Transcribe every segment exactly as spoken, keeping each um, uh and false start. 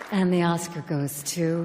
And the Oscar goes to...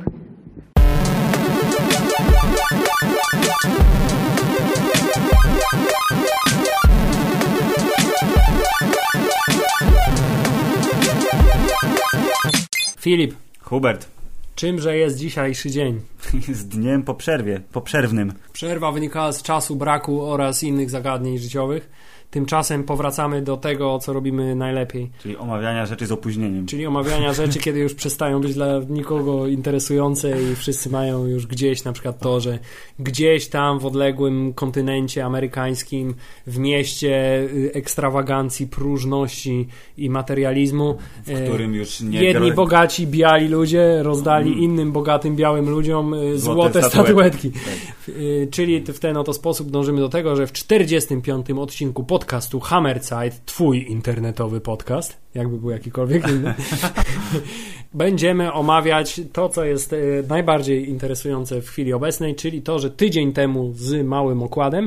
Filip. Hubert. Czymże jest dzisiejszy dzień? Z dniem po przerwie, po przerwnym. Przerwa wynikała z czasu, braku oraz innych zagadnień życiowych. Tymczasem powracamy do tego, co robimy najlepiej. Czyli omawiania rzeczy z opóźnieniem. Czyli omawiania rzeczy, kiedy już przestają być dla nikogo interesujące i wszyscy mają już gdzieś, na przykład to, że gdzieś tam w odległym kontynencie amerykańskim, w mieście ekstrawagancji, próżności i materializmu, w którym już nie jedni gra... bogaci, biali ludzie rozdali mm. innym bogatym, białym ludziom złote, złote statuetki. Tak. Czyli w ten oto sposób dążymy do tego, że w czterdziestym piątym odcinku podcastu Hammerzeit, twój internetowy podcast, jakby był jakikolwiek inny, będziemy omawiać to, co jest najbardziej interesujące w chwili obecnej, czyli to, że tydzień temu z małym okładem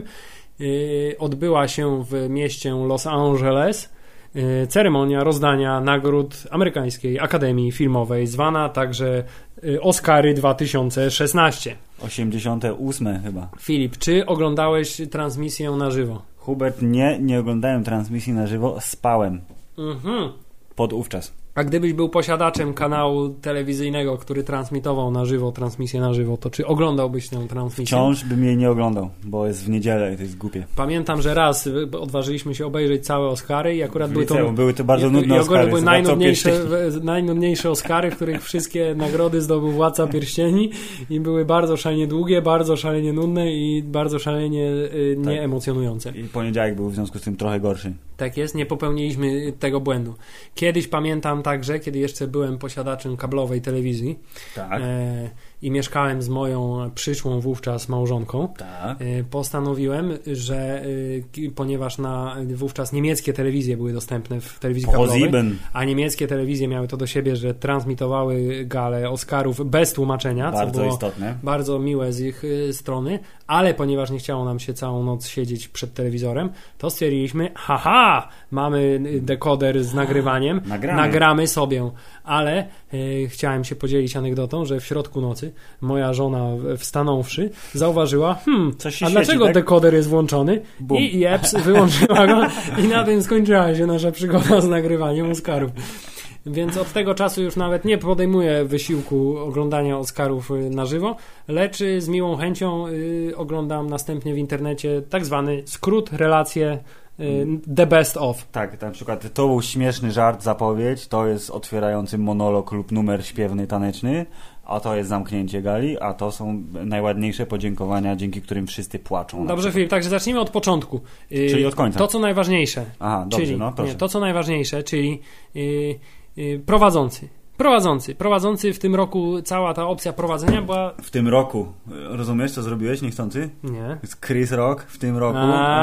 odbyła się w mieście Los Angeles ceremonia rozdania nagród Amerykańskiej Akademii Filmowej, zwana także Oscary dwa tysiące szesnaście. osiemdziesiąte ósme chyba. Filip, czy oglądałeś transmisję na żywo? Hubert, nie, nie oglądałem transmisji na żywo, spałem. Mhm. Podówczas. A gdybyś był posiadaczem kanału telewizyjnego, który transmitował na żywo, transmisję na żywo, to czy oglądałbyś tę transmisję? Wciąż bym jej nie oglądał, bo jest w niedzielę i to jest głupie. Pamiętam, że raz odważyliśmy się obejrzeć całe Oscary i akurat były to, były to bardzo nudne i, Oscary. I były najnudniejsze, najnudniejsze Oscary, w których wszystkie nagrody zdobył Władca Pierścieni i były bardzo szalenie długie, bardzo szalenie nudne i bardzo szalenie y, tak. nieemocjonujące. I poniedziałek był w związku z tym trochę gorszy. Tak jest, nie popełniliśmy tego błędu. Kiedyś pamiętam także, kiedy jeszcze byłem posiadaczem kablowej telewizji tak. e, i mieszkałem z moją przyszłą wówczas małżonką, tak. e, postanowiłem, że e, ponieważ na wówczas niemieckie telewizje były dostępne w telewizji kablowej, a niemieckie telewizje miały to do siebie, że transmitowały galę Oscarów bez tłumaczenia, bardzo co było istotne. Bardzo miłe z ich y, strony, ale ponieważ nie chciało nam się całą noc siedzieć przed telewizorem, to stwierdziliśmy, haha, mamy dekoder z nagrywaniem, Nagramy. nagramy sobie, ale y, chciałem się podzielić anegdotą, że w środku nocy moja żona wstanąwszy zauważyła, hmm, Coś się a świeci, dlaczego tak? dekoder jest włączony? Bum. I jeps, wyłączyła go i na tym skończyła się nasza przygoda z nagrywaniem Oscarów. Więc od tego czasu już nawet nie podejmuję wysiłku oglądania Oscarów na żywo, lecz z miłą chęcią y, oglądam następnie w internecie tak zwany skrót, relacje y, The Best Of. Tak, na przykład to był śmieszny żart, zapowiedź, to jest otwierający monolog lub numer śpiewny, taneczny, a to jest zamknięcie gali, a to są najładniejsze podziękowania, dzięki którym wszyscy płaczą. Dobrze, Filip, także zacznijmy od początku. Y, czyli od końca. To, co najważniejsze. Aha, dobrze, czyli, no proszę. Nie, to, co najważniejsze, czyli y, y, prowadzący. Prowadzący. Prowadzący w tym roku, cała ta opcja prowadzenia była... W tym roku. Rozumiesz, co zrobiłeś niechcący? Nie. Jest Chris Rock w tym roku.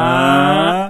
A...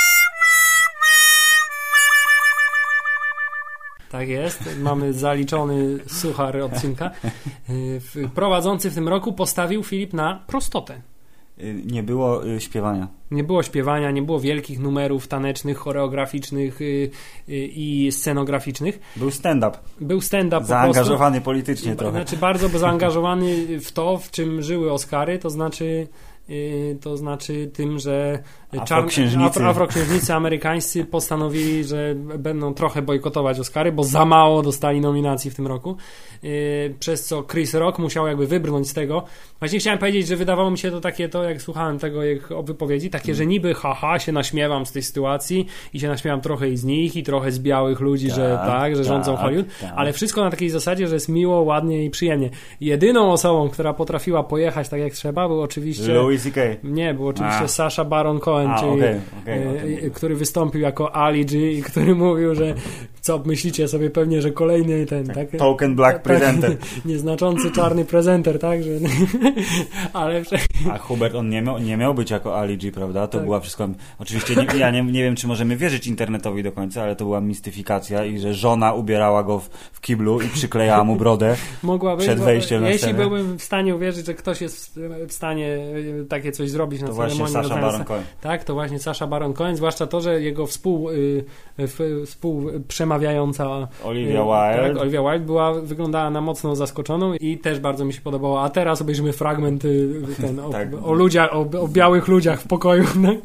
Tak jest. Mamy zaliczony suchar odcinka. Prowadzący w tym roku postawił Filip na prostotę. Nie było y, śpiewania. Nie było śpiewania, nie było wielkich numerów tanecznych, choreograficznych y, y, i scenograficznych. Był stand-up. Był stand-up. Zaangażowany po prostu, politycznie trochę. Znaczy bardzo zaangażowany w to, w czym żyły Oscary, to znaczy y, to znaczy tym, że afroksiężnicy. Afro, afroksiężnicy amerykańscy postanowili, że będą trochę bojkotować Oscary, bo za mało dostali nominacji w tym roku, yy, przez co Chris Rock musiał jakby wybrnąć z tego. Właśnie chciałem powiedzieć, że wydawało mi się to takie, to jak słuchałem tego jego wypowiedzi, takie, że niby haha, się naśmiewam z tej sytuacji i się naśmiewam trochę i z nich i trochę z białych ludzi, tak, że tak, że tak, rządzą Hollywood, tak. Ale wszystko na takiej zasadzie, że jest miło, ładnie i przyjemnie. Jedyną osobą, która potrafiła pojechać tak jak trzeba, był oczywiście Louis C K. Nie, był oczywiście A. Sacha Baron Cohen, A, czyli, okay, okay, okay. który wystąpił jako Ali G i który mówił, że co myślicie sobie pewnie, że kolejny ten, tak? tak? Token black tak, presenter. Nieznaczący czarny prezenter, tak? Że, ale... A Hubert, on nie miał, nie miał być jako Ali G, prawda? To tak. była wszystko... Oczywiście nie, ja nie, nie wiem, czy możemy wierzyć internetowi do końca, ale to była mistyfikacja i że żona ubierała go w, w kiblu i przyklejała mu brodę Mogłaby, przed wejściem na jeśli scenę. byłbym w stanie uwierzyć, że ktoś jest w stanie takie coś zrobić na to ceremonii. właśnie Sacha Baron Cohen. Tak, to właśnie Sacha Baron Cohen, zwłaszcza to, że jego współ, y, współprzemawiający przemawiająca Olivia Wilde. Tak, Olivia Wilde była, wyglądała na mocno zaskoczoną i też bardzo mi się podobało. A teraz obejrzymy fragment ten, o, tak. o ludziach, o, o białych ludziach w pokoju.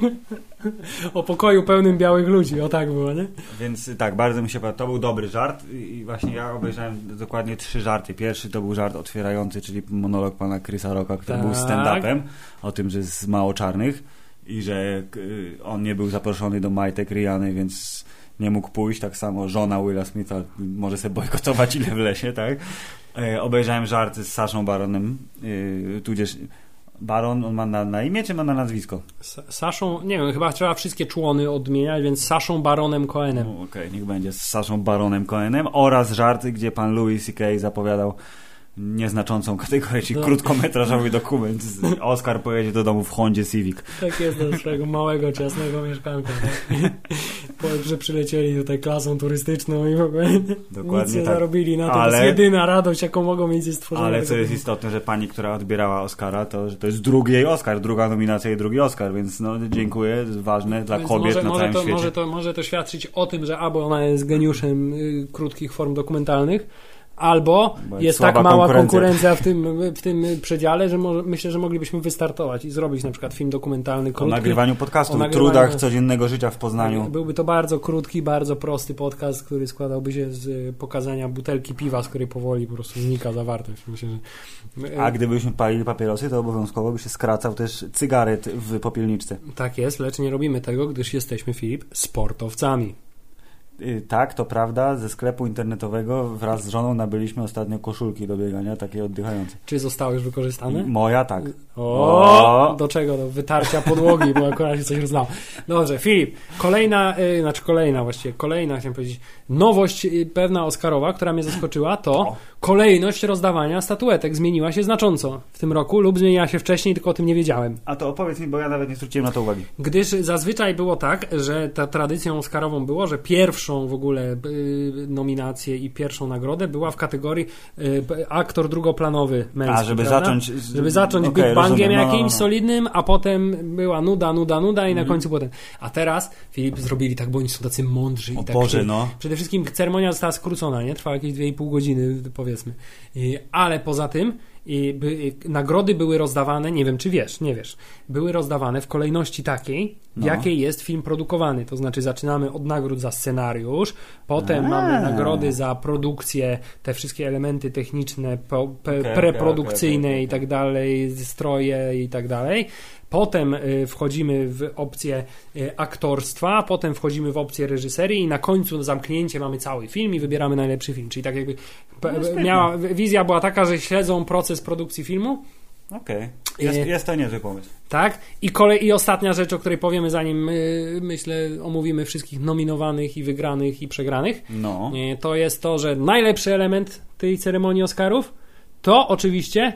O pokoju pełnym białych ludzi. O tak było, nie? Więc tak, bardzo mi się podobał. To był dobry żart i właśnie ja obejrzałem dokładnie trzy żarty. Pierwszy to był żart otwierający, czyli monolog pana Chrisa Rocka, który tak. był stand-upem o tym, że jest mało czarnych i że on nie był zaproszony do majtek Rihanny, więc nie mógł pójść. Tak samo żona Willa Smitha może sobie bojkotować ile w lesie, tak? E, obejrzałem żarty z Saszą Baronem, e, tudzież Baron, on ma na, na imię, czy ma na nazwisko? S- Saszą, nie wiem, chyba trzeba wszystkie człony odmieniać, więc Saszą Baronem Cohenem. Okej, okay, niech będzie z Saszą Baronem Cohenem oraz żarty, gdzie pan Louis C K zapowiadał nieznaczącą kategorię, czyli no. krótkometrażowy dokument. Oscar pojedzie do domu w Hondzie Civic. Tak jest, do swojego małego, ciasnego mieszkanka. Tak? Po, że przylecieli tutaj klasą turystyczną i w ogóle Dokładnie nic nie tak. zarobili na to. Ale, to jest jedyna radość, jaką mogą mieć, jest stworzenie. Ale co jest domu. istotne, że pani, która odbierała Oscara, to że to jest drugi jej Oscar, druga nominacja i drugi Oscar, więc no dziękuję, ważne dla więc kobiet może, na może całym to, świecie. Może to, może to świadczyć o tym, że albo ona jest geniuszem y, krótkich form dokumentalnych, albo Bo jest tak mała konkurencja, konkurencja w, tym, w tym przedziale, że może, myślę, że moglibyśmy wystartować i zrobić na przykład film dokumentalny krótki. O nagrywaniu podcastu, o nagrywaniu, trudach codziennego życia w Poznaniu. Byłby to bardzo krótki, bardzo prosty podcast, który składałby się z pokazania butelki piwa, z której powoli po prostu znika zawartość. Myślę, że... A gdybyśmy palili papierosy, to obowiązkowo by się skracał też cygaret w popielniczce. Tak jest, lecz nie robimy tego, gdyż jesteśmy, Filip, sportowcami. Tak, to prawda. Ze sklepu internetowego wraz z żoną nabyliśmy ostatnio koszulki do biegania, takie oddychające. Czy zostały już wykorzystane? Moja tak. O, o! Do czego? Do wytarcia podłogi, bo akurat się coś rozlało. Dobrze, Filip, kolejna, yy, znaczy kolejna właściwie, kolejna, chciałem powiedzieć, nowość yy, pewna Oscarowa, która mnie zaskoczyła, to o. kolejność rozdawania statuetek zmieniła się znacząco w tym roku lub zmieniła się wcześniej, tylko o tym nie wiedziałem. A to opowiedz mi, bo ja nawet nie zwróciłem na to uwagi. Gdyż zazwyczaj było tak, że ta tradycją Oscarową było, że pierwszą w ogóle y, nominację i pierwszą nagrodę była w kategorii y, aktor drugoplanowy męski. A, żeby prawda? zacząć... Żeby zacząć okay, Big Bangiem no, jakimś no, no. solidnym, a potem była nuda, nuda, nuda i mm. na końcu potem. A teraz, Filip, zrobili tak, bo oni są tacy mądrzy. O i tak Boże, no. Przede wszystkim ceremonia została skrócona, nie? Trwała jakieś dwie i pół godziny, powiedzmy. I, ale poza tym i by, i nagrody były rozdawane, nie wiem czy wiesz, nie wiesz, były rozdawane w kolejności takiej, w no. jakiej jest film produkowany, to znaczy zaczynamy od nagród za scenariusz, potem A. mamy nagrody za produkcję, te wszystkie elementy techniczne, po, pe, okay, preprodukcyjne okay, okay, okay. i tak dalej, stroje i tak dalej. Potem y, wchodzimy w opcję y, aktorstwa, potem wchodzimy w opcję reżyserii i na końcu zamknięcie mamy cały film i wybieramy najlepszy film. Czyli tak jakby p- no miała, wizja była taka, że śledzą proces produkcji filmu. Okej. Okay. Jest, y, jest to niezły pomysł. Tak. I, kolej, I ostatnia rzecz, o której powiemy, zanim y, myślę omówimy wszystkich nominowanych i wygranych i przegranych, no. y, to jest to, że najlepszy element tej ceremonii Oscarów to oczywiście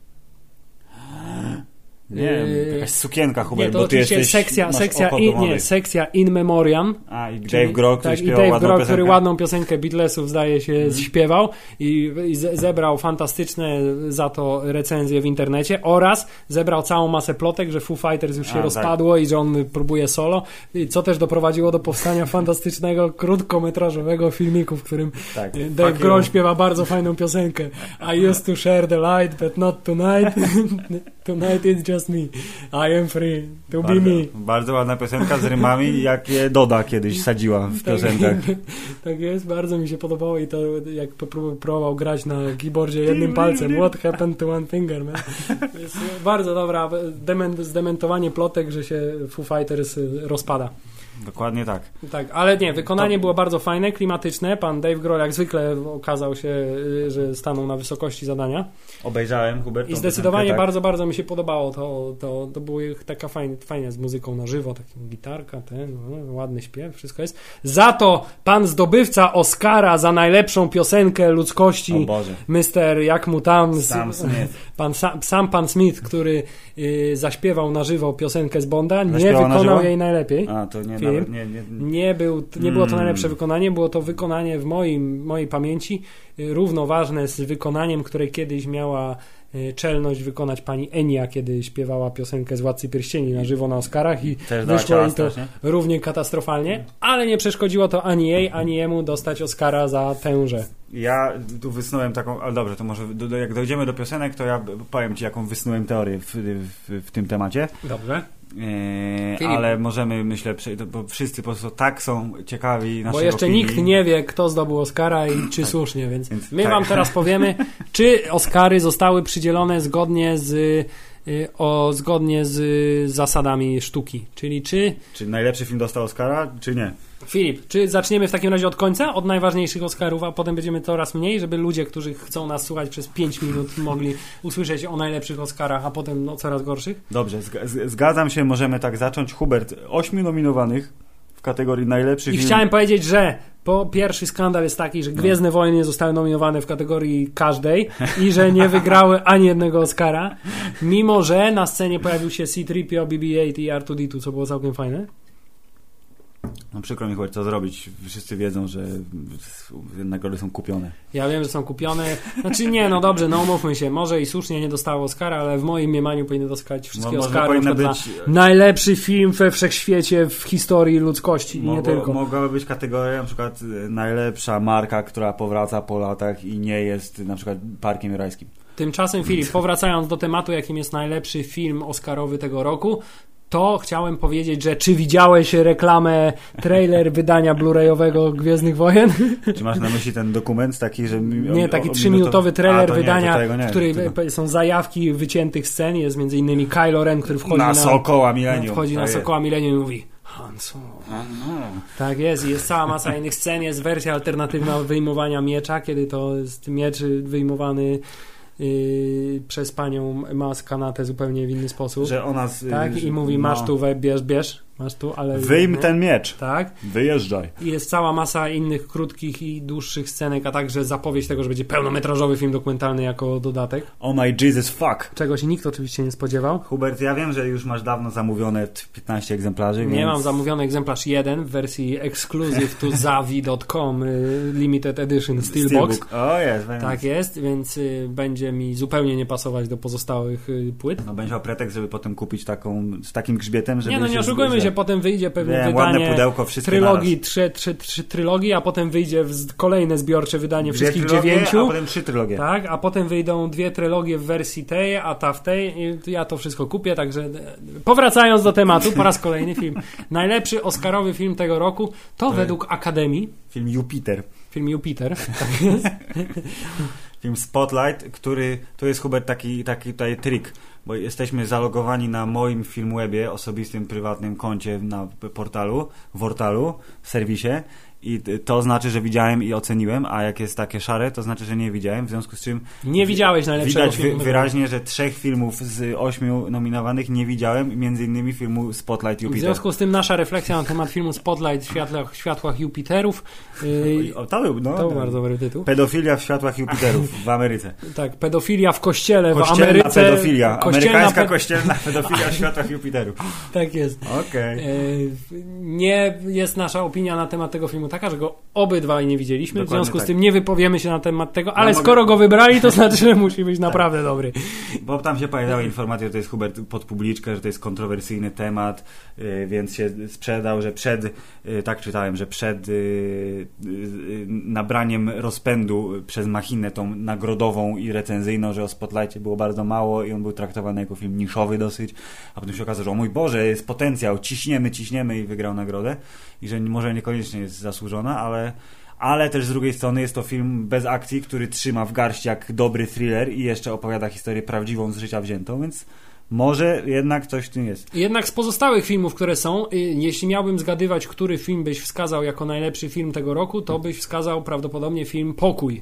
Nie wiem, jakaś sukienka, Hubert, nie, to bo ty jesteś... Sekcja, sekcja, in, nie, sekcja In Memoriam. A, i Dave Grohl, który tak, śpiewał Dave ładną Grohl, piosenkę. który ładną piosenkę Beatlesów, zdaje się, mm. śpiewał i, i zebrał fantastyczne za to recenzje w internecie oraz zebrał całą masę plotek, że Foo Fighters już się A, rozpadło tak. i że on próbuje solo, co też doprowadziło do powstania fantastycznego, krótkometrażowego filmiku, w którym tak, Dave Grohl śpiewa bardzo fajną piosenkę. I used to share the light, but not tonight. Tonight it's just me. I am free to bardzo, be me. Bardzo ładna piosenka z rymami, jak je Doda kiedyś sadziła w piosenkach. Tak, tak jest, bardzo mi się podobało i to jak próbował grać na keyboardzie jednym palcem. What happened to one finger, man? Jest bardzo dobra dement, zdementowanie plotek, że się Foo Fighters rozpada. Dokładnie tak. Tak, ale nie, wykonanie to... było bardzo fajne, klimatyczne. Pan Dave Grohl jak zwykle okazał się, że stanął na wysokości zadania. Obejrzałem, Hubert. I zdecydowanie tak. bardzo, bardzo mi się podobało. To, to, to było taka fajne, fajne z muzyką na żywo, taka gitarka, ten, no, ładny śpiew, wszystko jest. Za to pan zdobywca Oscara za najlepszą piosenkę ludzkości, o Boże. mister jak mu tam, Sam Smith. pan, sam, sam pan Smith, który y, zaśpiewał na żywo piosenkę z Bonda, nie Zaśpiewał wykonał jej najlepiej. A, to nie, Film. nawet, nie, nie. Nie, był, nie było to najlepsze wykonanie, było to wykonanie w moim, mojej pamięci y, równoważne z wykonaniem, które kiedyś miała y, czelność wykonać pani Enya, kiedy śpiewała piosenkę z Władcy Pierścieni na żywo na Oscarach i Też wyszło jej to strasznie. równie katastrofalnie, ale nie przeszkodziło to ani jej, ani jemu dostać Oscara za tęże. Ja tu wysnułem taką, ale dobrze, to może do, do, jak dojdziemy do piosenek, to ja powiem ci, jaką wysnułem teorię w, w, w tym temacie. Dobrze. Eee, ale możemy, myślę, bo wszyscy po prostu tak są ciekawi naszej Bo jeszcze opinii. nikt nie wie, kto zdobył Oscara i czy słusznie, więc, Więc my tak. wam teraz powiemy, czy Oscary zostały przydzielone zgodnie z, y, o, zgodnie z zasadami sztuki, czyli czy... Czy najlepszy film dostał Oscara, czy nie? Filip, czy zaczniemy w takim razie od końca, od najważniejszych Oscarów, a potem będziemy coraz mniej, żeby ludzie, którzy chcą nas słuchać przez pięć minut, mogli usłyszeć o najlepszych Oscarach, a potem o coraz gorszych? Dobrze, zg- zgadzam się, możemy tak zacząć. Hubert, ośmiu nominowanych w kategorii najlepszy I film. chciałem powiedzieć, że po pierwszy skandal jest taki, że Gwiezdne no. Wojny nie zostały nominowane w kategorii każdej i że nie wygrały ani jednego Oscara, mimo że na scenie pojawił się C trzy P O, B B osiem i R dwa D dwa, co było całkiem fajne. No przykro mi chodzi, co zrobić. Wszyscy wiedzą, że nagrody są kupione. Ja wiem, że są kupione. Znaczy nie, no dobrze, no umówmy się. Może i słusznie nie dostało Oscara, ale w moim mniemaniu powinny dostać wszystkie no, Oscary. Być... Dla najlepszy film we wszechświecie w historii ludzkości i Mogło, nie tylko. Mogłaby być kategoria na przykład najlepsza marka, która powraca po latach i nie jest na przykład Parkiem Jurajskim. Tymczasem, Filip, powracając do tematu, jakim jest najlepszy film oscarowy tego roku, to chciałem powiedzieć, że czy widziałeś reklamę, trailer wydania Blu-rayowego Gwiezdnych Wojen? Czy masz na myśli ten dokument taki, że... Nie, taki trzyminutowy trailer A, wydania, nie, nie, w którym tego. są zajawki wyciętych scen. Jest między innymi Kylo Ren, który wchodzi na... na Sokoła Millennium. Wchodzi na tak Sokoła Millennium i mówi Han Solo. Tak jest. I jest cała masa innych scen. Jest wersja alternatywna wyjmowania miecza, kiedy to jest miecz wyjmowany Yy, przez panią ma skanatę zupełnie w inny sposób. Że ona z, tak? I mówi, no. masz tu, we, bierz, bierz, masz tu, ale... Wyjm no. ten miecz. Tak. Wyjeżdżaj. I jest cała masa innych krótkich i dłuższych scenek, a także zapowiedź tego, że będzie pełnometrażowy film dokumentalny jako dodatek. Oh my Jesus fuck. Czego się nikt oczywiście nie spodziewał. Hubert, ja wiem, że już masz dawno zamówione piętnaście egzemplarzy. Nie więc... mam zamówiony egzemplarz jeden w wersji exclusive to zavi kropka com limited edition steelbox. Steelbook. O jest. Tak jest, więc y, będzie mi zupełnie nie pasować do pozostałych y, płyt. No będzie miał pretekst, żeby potem kupić taką, z takim grzbietem, żeby nie, no nie się oszukujmy że... się, potem wyjdzie pewnie Wiem, wydanie ładne pudełko, wszystkie trylogii, trzy, trzy, trzy trylogii, a potem wyjdzie w kolejne zbiorcze wydanie Dwie wszystkich trylogie, dziewięciu. A potem trzy trylogie. Tak, a potem wyjdą dwie trylogie w wersji tej, a ta w tej. I ja to wszystko kupię, także powracając do tematu, po raz kolejny film. Najlepszy oscarowy film tego roku to, to według jest... Akademii. Film Jupiter. Film Jupiter, tak jest. Film Spotlight, który to jest, Hubert, taki, taki tutaj trik, bo jesteśmy zalogowani na moim Filmwebie, osobistym, prywatnym koncie na portalu, w portalu, w serwisie i to znaczy, że widziałem i oceniłem, a jak jest takie szare, to znaczy, że nie widziałem, w związku z czym nie widziałeś najlepszego widać filmu. Widać wyraźnie, że trzech filmów z ośmiu nominowanych nie widziałem, między innymi filmu Spotlight Jupiter. W związku z tym nasza refleksja na temat filmu Spotlight w światłach, światłach Jupiterów. Yy, o, to był, no, to był bardzo dobry tytuł. Pedofilia w światłach Jupiterów w Ameryce. Tak, pedofilia w kościele kościelna w Ameryce. Pedofilia. Kościelna Amerykańska pe... kościelna pedofilia w światłach Jupiterów. Tak jest. Okay. Yy, nie jest nasza opinia na temat tego filmu taka, że go obydwaj nie widzieliśmy, Dokładnie w związku tak. z tym nie wypowiemy się na temat tego, ale ja skoro mogę... go wybrali, to znaczy, że musi być naprawdę tak. dobry. Bo tam się pojawiały informacje, że to jest, Hubert, pod publiczkę, że to jest kontrowersyjny temat, yy, więc się sprzedał, że przed, yy, tak czytałem, że przed yy, yy, nabraniem rozpędu przez machinę tą nagrodową i recenzyjną, że o Spotlightie było bardzo mało i on był traktowany jako film niszowy dosyć, a potem się okazało, że o mój Boże, jest potencjał, ciśniemy, ciśniemy i wygrał nagrodę i że może niekoniecznie jest zasłużona, ale ale też z drugiej strony jest to film bez akcji, który trzyma w garści jak dobry thriller i jeszcze opowiada historię prawdziwą z życia wziętą, więc może jednak coś w tym jest. Jednak z pozostałych filmów, które są, jeśli miałbym zgadywać, który film byś wskazał jako najlepszy film tego roku, to byś wskazał prawdopodobnie film Pokój.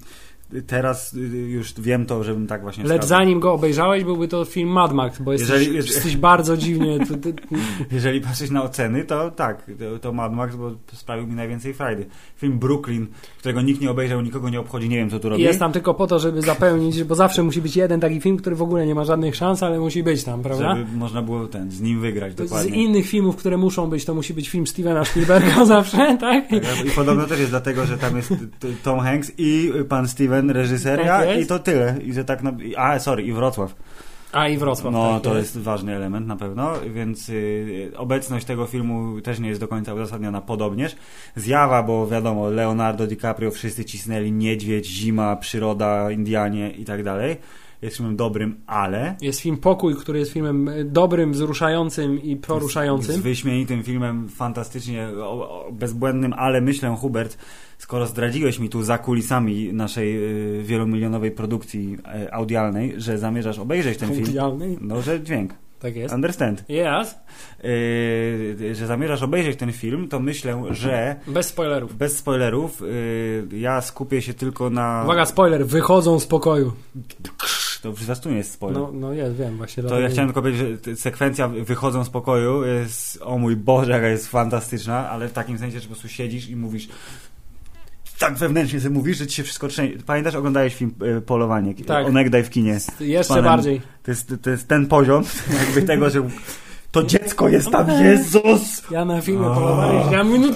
teraz już wiem to, żebym tak właśnie Lecz wskazał. zanim go obejrzałeś, byłby to film Mad Max, bo jesteś, Jeżeli- jeżeli- jesteś bardzo dziwnie... To, to, Jeżeli patrzeć na oceny, to tak, to, to Mad Max, bo sprawił mi najwięcej frajdy. Film Brooklyn, którego nikt nie obejrzał, nikogo nie obchodzi, nie wiem co tu robi. jest tam tylko po to, żeby zapełnić, bo zawsze musi być jeden taki film, który w ogóle nie ma żadnych szans, ale musi być tam, prawda? Żeby można było ten, z nim wygrać, Z dokładnie. innych filmów, które muszą być, to musi być film Stevena Spielberga zawsze, tak? Tak, I podobno też jest dlatego, że tam jest t- Tom Hanks i pan Steven, reżyseria, Tak jest. i to tyle. I że tak na... A, sorry, i Wrocław. A i Wrocław. No, tak to jest ważny element na pewno, więc y, obecność tego filmu też nie jest do końca uzasadniona podobnież. Zjawa, bo wiadomo, Leonardo DiCaprio, wszyscy cisnęli, niedźwiedź, zima, przyroda, Indianie i tak dalej. Jest filmem dobrym, ale... Jest film Pokój, który jest filmem dobrym, wzruszającym i poruszającym. Z wyśmienitym filmem, fantastycznie o, o, bezbłędnym, ale myślę, Hubert, skoro zdradziłeś mi tu za kulisami naszej y, wielomilionowej produkcji y, audialnej, że zamierzasz obejrzeć ten film... Audialnej? No, że dźwięk. Tak jest. Understand. Yes. Yy, że zamierzasz obejrzeć ten film, to myślę, że Bez spoilerów. bez spoilerów yy, ja skupię się tylko na... Uwaga, spoiler, wychodzą z pokoju. To już zastuje jest spoiler. No, no jest, wiem, właśnie. To ja chciałem tylko powiedzieć, że t- sekwencja wychodzą z pokoju jest, o mój Boże, jaka jest fantastyczna, ale w takim sensie, że po prostu siedzisz i mówisz, tak wewnętrznie sobie mówisz, że ci się wszystko trzęsie. Pamiętasz, oglądałeś film y, Polowanie? Tak. Onegdaj w kinie. Jeszcze Panem, bardziej. To jest, to jest ten poziom jakby tego, że to dziecko jest tam, Jezus! Ja na filmie O. Polowanie wiedziałem, no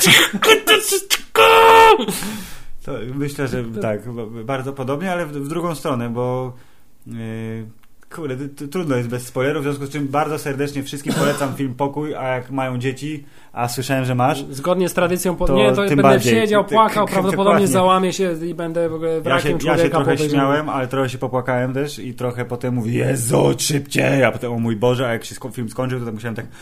To myślę, że tak, b- bardzo podobnie, ale w, w drugą stronę, bo yy, kurde, t- t- trudno jest bez spoilerów, w związku z czym bardzo serdecznie wszystkim polecam film Pokój, a jak mają dzieci, a słyszałem, że masz, Zgodnie z tradycją, po... To nie, to tym będę bardziej. siedział, Ty- płakał, ty- prawdopodobnie dokładnie. załamię się i będę w ogóle ja się, wrakiem ja się człowieka trochę po obejrzeniu. śmiałem, ale trochę się popłakałem też i trochę potem mówię, Jezu, szybciej, a potem o mój Boże, a jak się sko- film skończył, to tak musiałem tak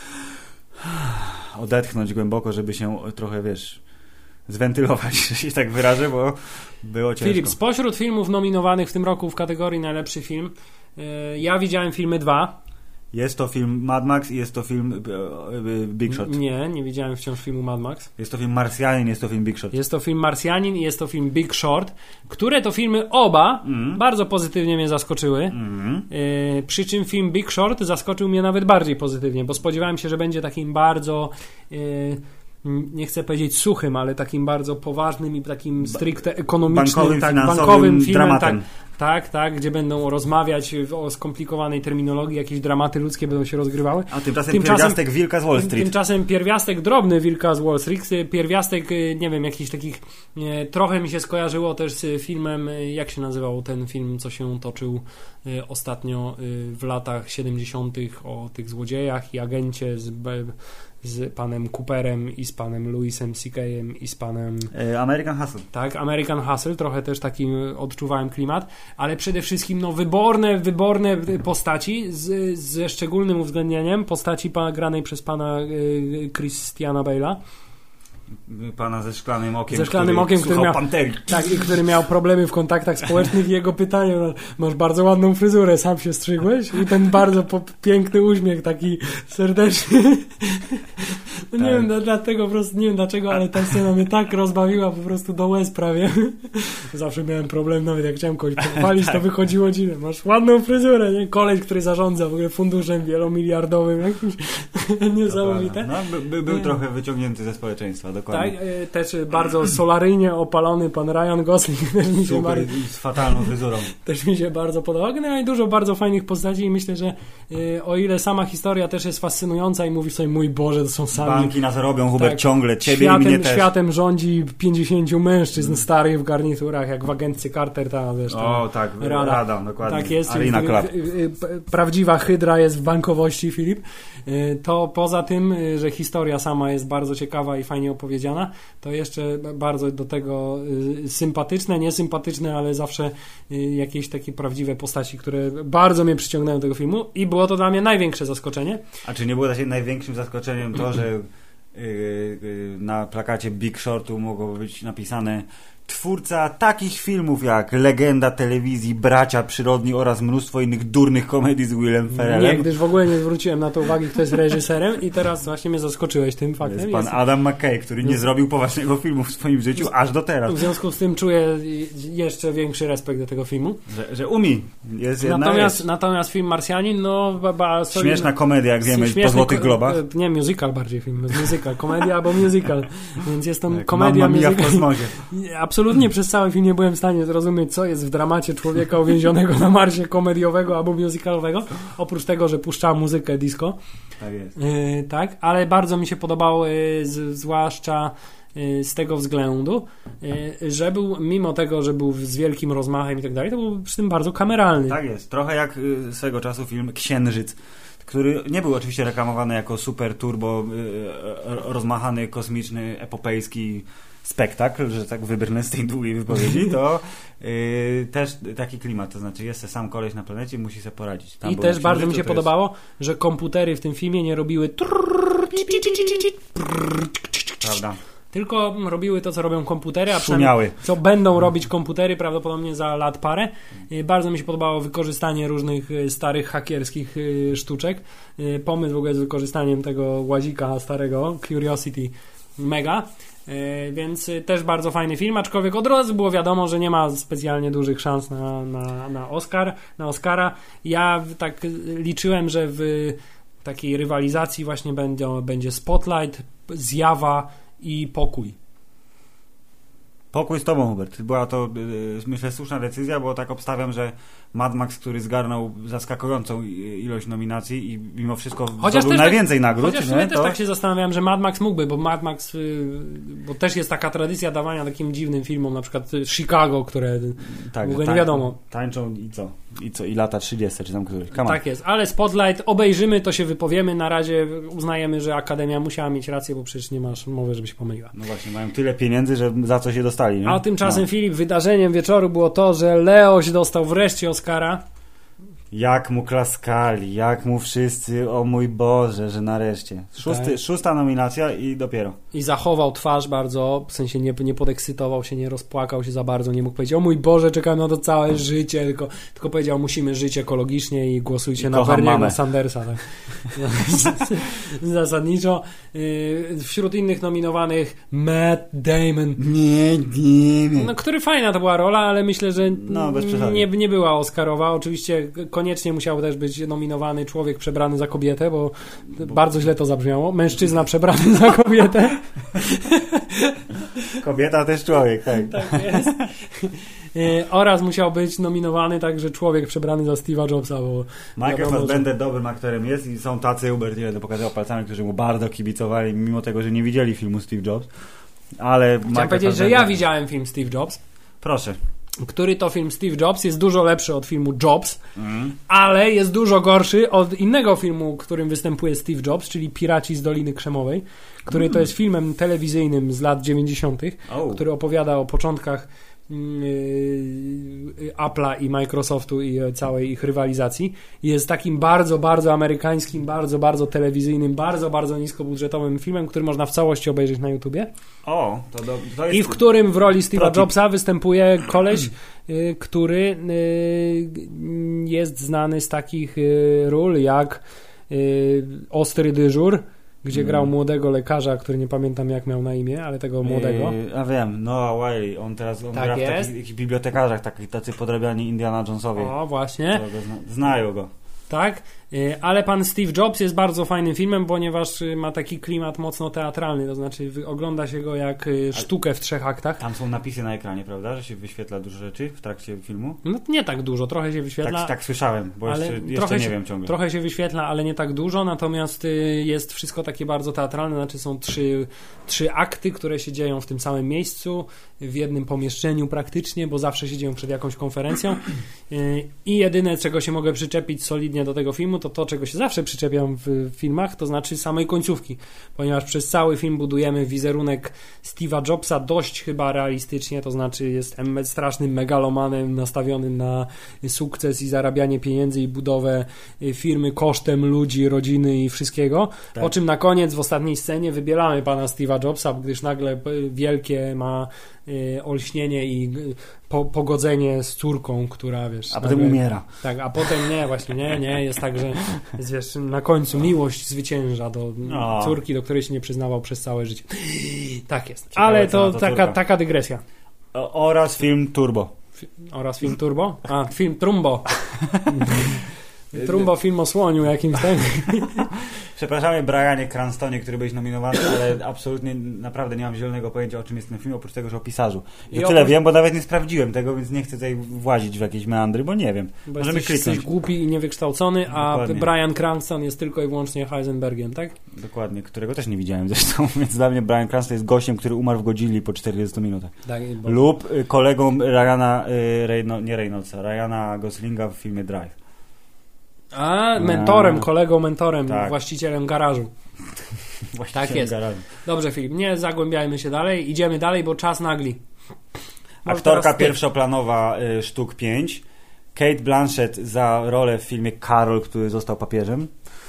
odetchnąć głęboko, żeby się trochę, wiesz, zwentylować, że się tak wyrażę, bo było ciężko. Filip, spośród filmów nominowanych w tym roku w kategorii najlepszy film, yy, ja widziałem filmy dwa. Jest to film Mad Max i jest to film e, e, Big Shot. Nie, nie widziałem wciąż filmu Mad Max. Jest to film Marsjanin, jest to film Big Shot. Jest to film Marsjanin i jest to film Big Short, które to filmy oba Mm. bardzo pozytywnie mnie zaskoczyły. Mhm. Yy, przy czym film Big Short zaskoczył mnie nawet bardziej pozytywnie, bo spodziewałem się, że będzie takim bardzo... Yy, nie chcę powiedzieć suchym, ale takim bardzo poważnym i takim stricte ekonomicznym, Bankowym, tak, finansowym bankowym filmem, dramatem. tak, tak, tak, gdzie będą rozmawiać o skomplikowanej terminologii, jakieś dramaty ludzkie będą się rozgrywały. A tymczasem, Tymczasem- pierwiastek wilka z Wall Street. Tymczasem pierwiastek drobny wilka z Wall Street, pierwiastek, nie wiem, jakichś takich, nie, trochę mi się skojarzyło też z filmem, jak się nazywał ten film, co się toczył y, ostatnio y, w latach siedemdziesiątych o tych złodziejach i agencie z, z panem Cooperem i z panem Louisem C K-em i z panem... E, American Hustle. Tak, American Hustle, trochę też taki odczuwałem klimat, ale przede wszystkim no wyborne, wyborne postaci z, ze szczególnym uwzględnieniem postaci pana, granej przez pana y, Christiana Bale'a. Pana ze szklanym okiem, Ze szklanym który okiem, który słuchał miał, Pantery. tak, i który miał problemy w kontaktach społecznych i jego pytanie, no, masz bardzo ładną fryzurę, sam się strzygłeś? I ten bardzo po, piękny uśmiech, taki serdeczny. No nie Tak. wiem, dla- dlatego po prostu, nie wiem dlaczego, ale ta scena mnie tak rozbawiła po prostu do łez prawie. Zawsze miałem problem, nawet jak chciałem kogoś pochwalić, to wychodziło dziwne. Masz ładną fryzurę, nie? Koleś, który zarządza w ogóle funduszem wielomiliardowym, jakimś niesamowite. No, by, by, był Nie. trochę wyciągnięty ze społeczeństwa, dokładnie. Tak, y, też y, bardzo solaryjnie opalony pan Ryan Gosling też mi się, Super, bardzo, i z fatalną fryzurą. też mi się bardzo podoba. No i dużo bardzo fajnych postaci i myślę, że y, o ile sama historia też jest fascynująca i mówisz sobie, mój Boże, to są sami... Banki nas robią, Hubert, Tak. ciągle, ciebie światem, i mnie też. Światem rządzi pięćdziesięciu mężczyzn starych w garniturach, jak w agentce Carter, ta, wiesz, ta O, tak, Rada. Rada, dokładnie. Tak jest. Arena Y, Club. y, y, y, Prawdziwa hydra jest w bankowości, Filip. Y, To poza tym, y, że historia sama jest bardzo ciekawa i fajnie opowiedziana, to jeszcze bardzo do tego y, sympatyczne, niesympatyczne, ale zawsze y, jakieś takie prawdziwe postaci, które bardzo mnie przyciągnęły do tego filmu i było to dla mnie największe zaskoczenie. A czy nie było dla ciebie największym zaskoczeniem to, że yy, yy, na plakacie Big Shortu mogło być napisane twórca takich filmów jak Legenda telewizji, Bracia Przyrodni oraz mnóstwo innych durnych komedii z Willem Ferrellem. Nie, gdyż w ogóle nie zwróciłem na to uwagi, kto jest reżyserem i teraz właśnie mnie zaskoczyłeś tym faktem. Jest pan jest... Adam McKay, który nie zrobił poważnego filmu w swoim życiu aż do teraz. W związku z tym czuję jeszcze większy respekt do tego filmu. Że, że umi. Jest natomiast, natomiast film Marsjanin, no... Ba, ba, sorry, śmieszna komedia, jak wiemy, po Złotych Globach. Nie, musical bardziej film. Musical. Komedia albo musical. Więc jest to komedia, musical. W kosmosie. Absolutnie przez cały film nie byłem w stanie zrozumieć, co jest w dramacie człowieka uwięzionego na Marsie komediowego albo musicalowego, oprócz tego, że puszczała muzykę disco. Tak jest. Yy, tak, ale bardzo mi się podobał, yy, z, zwłaszcza yy, z tego względu, yy, że był, mimo tego, że był z wielkim rozmachem i tak dalej, to był przy tym bardzo kameralny. Tak jest. Trochę jak yy, swego czasu film Księżyc, który nie był oczywiście reklamowany jako super turbo, yy, rozmachany, kosmiczny, epopejski spektakl, że tak wybrnę z tej długiej wypowiedzi, to yy, też taki klimat, to znaczy jest sam koleś na planecie i musi sobie poradzić. Tam I też bardzo mi się podobało, jest... że komputery w tym filmie nie robiły prawda. Tylko robiły to, co robią komputery, a Szumiały. co będą robić komputery prawdopodobnie za lat parę. Bardzo mi się podobało wykorzystanie różnych starych hakierskich sztuczek. Pomysł w ogóle z wykorzystaniem tego łazika starego, Curiosity, mega. Więc też bardzo fajny film, aczkolwiek od razu było wiadomo, że nie ma specjalnie dużych szans na, na, na Oscar, na Oscara. Ja tak liczyłem, że w takiej rywalizacji właśnie będzie, będzie Spotlight, Zjawa i Pokój. Pokój z tobą, Hubert. Była to, myślę, słuszna decyzja, bo tak obstawiam, że Mad Max, który zgarnął zaskakującą ilość nominacji i mimo wszystko zdobył najwięcej tak, nagród. Chociaż nie? ja też to... tak się zastanawiałem, że Mad Max mógłby, bo Mad Max, bo też jest taka tradycja dawania takim dziwnym filmom, na przykład Chicago, które tak, w ogóle nie wiadomo. Tańczą i co? I co? I lata trzydzieste, czy tam któryś. Tak jest, ale Spotlight obejrzymy, to się wypowiemy. Na razie uznajemy, że Akademia musiała mieć rację, bo przecież nie masz mowy, żeby się pomyliła. No właśnie, mają tyle pieniędzy, że za co się dostali. Nie? A tymczasem, no. Filip, wydarzeniem wieczoru było to, że Leoś dostał wreszcie Oscara. Jak mu klaskali, jak mu wszyscy, o mój Boże, że nareszcie. Szósty, tak. Szósta nominacja i dopiero. I zachował twarz bardzo, w sensie nie, nie podekscytował się, nie rozpłakał się za bardzo, nie mógł powiedzieć, o mój Boże, czekam na to całe życie, tylko, tylko powiedział, musimy żyć ekologicznie i głosujcie I na Berniego Sandersa. Tak. Zasadniczo. Wśród innych nominowanych Matt Damon. Nie, nie. No, który fajna to była rola, ale myślę, że no, nie, nie była Oscarowa. Oczywiście koniecznie musiał też być nominowany człowiek przebrany za kobietę, bo, bo... bardzo źle to zabrzmiało. Mężczyzna przebrany za kobietę. Kobieta też człowiek, tak. Tak jest. Oraz musiał być nominowany także człowiek przebrany za Steve'a Jobsa. Bo Michael Fassbender że... dobrym aktorem jest i są tacy, Hubert nie będę pokazywał palcami, którzy mu bardzo kibicowali, mimo tego, że nie widzieli filmu Steve Jobs. Ale chciałem Michael powiedzieć, Fassbender... że ja widziałem film Steve Jobs. Proszę. Który to film Steve Jobs jest dużo lepszy od filmu Jobs, mm. ale jest dużo gorszy od innego filmu, w którym występuje Steve Jobs, czyli Piraci z Doliny Krzemowej, który mm. to jest filmem telewizyjnym z lat dziewięćdziesiątych, oh. który opowiada o początkach Apple'a i Microsoftu i całej ich rywalizacji. Jest takim bardzo, bardzo amerykańskim, bardzo, bardzo telewizyjnym, bardzo, bardzo niskobudżetowym filmem, który można w całości obejrzeć na YouTubie. O, to, do, to jest... I w którym w roli Steve'a Jobsa występuje koleś, który jest znany z takich ról jak Ostry dyżur, gdzie grał młodego lekarza, który nie pamiętam jak miał na imię, ale tego młodego. Yy, a wiem, Noah Wiley, on teraz on tak gra w jest. takich, takich bibliotekarzach, takich, tacy podrabiani Indiana Jonesowie. O, właśnie. Go zna, znają go. Tak, ale pan Steve Jobs jest bardzo fajnym filmem, ponieważ ma taki klimat mocno teatralny, to znaczy ogląda się go jak sztukę w trzech aktach. Tam są napisy na ekranie, prawda, że się wyświetla dużo rzeczy w trakcie filmu? No nie tak dużo, trochę się wyświetla. Tak, tak słyszałem, bo jeszcze, jeszcze nie się, wiem ciągle. Trochę się wyświetla, ale nie tak dużo, natomiast jest wszystko takie bardzo teatralne, znaczy są trzy, trzy akty, które się dzieją w tym samym miejscu, w jednym pomieszczeniu praktycznie, bo zawsze się dzieją przed jakąś konferencją i jedyne, czego się mogę przyczepić solidnie do tego filmu, to to, czego się zawsze przyczepiam w filmach, to znaczy samej końcówki, ponieważ przez cały film budujemy wizerunek Steve'a Jobsa dość chyba realistycznie, to znaczy jest strasznym megalomanem nastawionym na sukces i zarabianie pieniędzy i budowę firmy kosztem ludzi, rodziny i wszystkiego, tak. Po czym na koniec w ostatniej scenie wybielamy pana Steve'a Jobsa, gdyż nagle wielkie ma y, olśnienie i y, po, pogodzenie z córką, która, wiesz... A potem umiera. Tak, a potem nie, właśnie nie, nie, jest tak, że jest, wiesz, na końcu miłość zwycięża do o. córki, do której się nie przyznawał przez całe życie. Tak jest. Ciekawe, ale to, to taka, taka dygresja. O, oraz film Turbo. Fi- oraz film Turbo? A, film Trumbo. Trumbo, film o słoniu jakimś tam. Przepraszamy Brianie Cranstonie, który byłeś nominowany, ale absolutnie naprawdę nie mam zielonego pojęcia, o czym jest ten film, oprócz tego, że o pisarzu. I, I tyle oprócz... wiem, bo nawet nie sprawdziłem tego, więc nie chcę tutaj włazić w jakieś meandry, bo nie wiem. Bo Możemy jesteś, kliknąć. jesteś głupi i niewykształcony, a Dokładnie. Bryan Cranston jest tylko i wyłącznie Heisenbergiem, tak? Dokładnie, którego też nie widziałem zresztą, więc dla mnie Bryan Cranston jest gościem, który umarł w Godzilli po czterdziestu minutach. Tak, bo... Lub y, kolegą Ryana, y, Reyno, nie Reynoldsa, Ryana Goslinga w filmie Drive. A, mentorem, A, kolegą mentorem, tak. właścicielem garażu. Właścicielem tak jest. Garażu. Dobrze, Filip, nie zagłębiajmy się dalej, idziemy dalej, bo czas nagli. Może Aktorka pierwszoplanowa y, sztuk pięć. Kate Blanchett za rolę w filmie Karol, który został papieżem.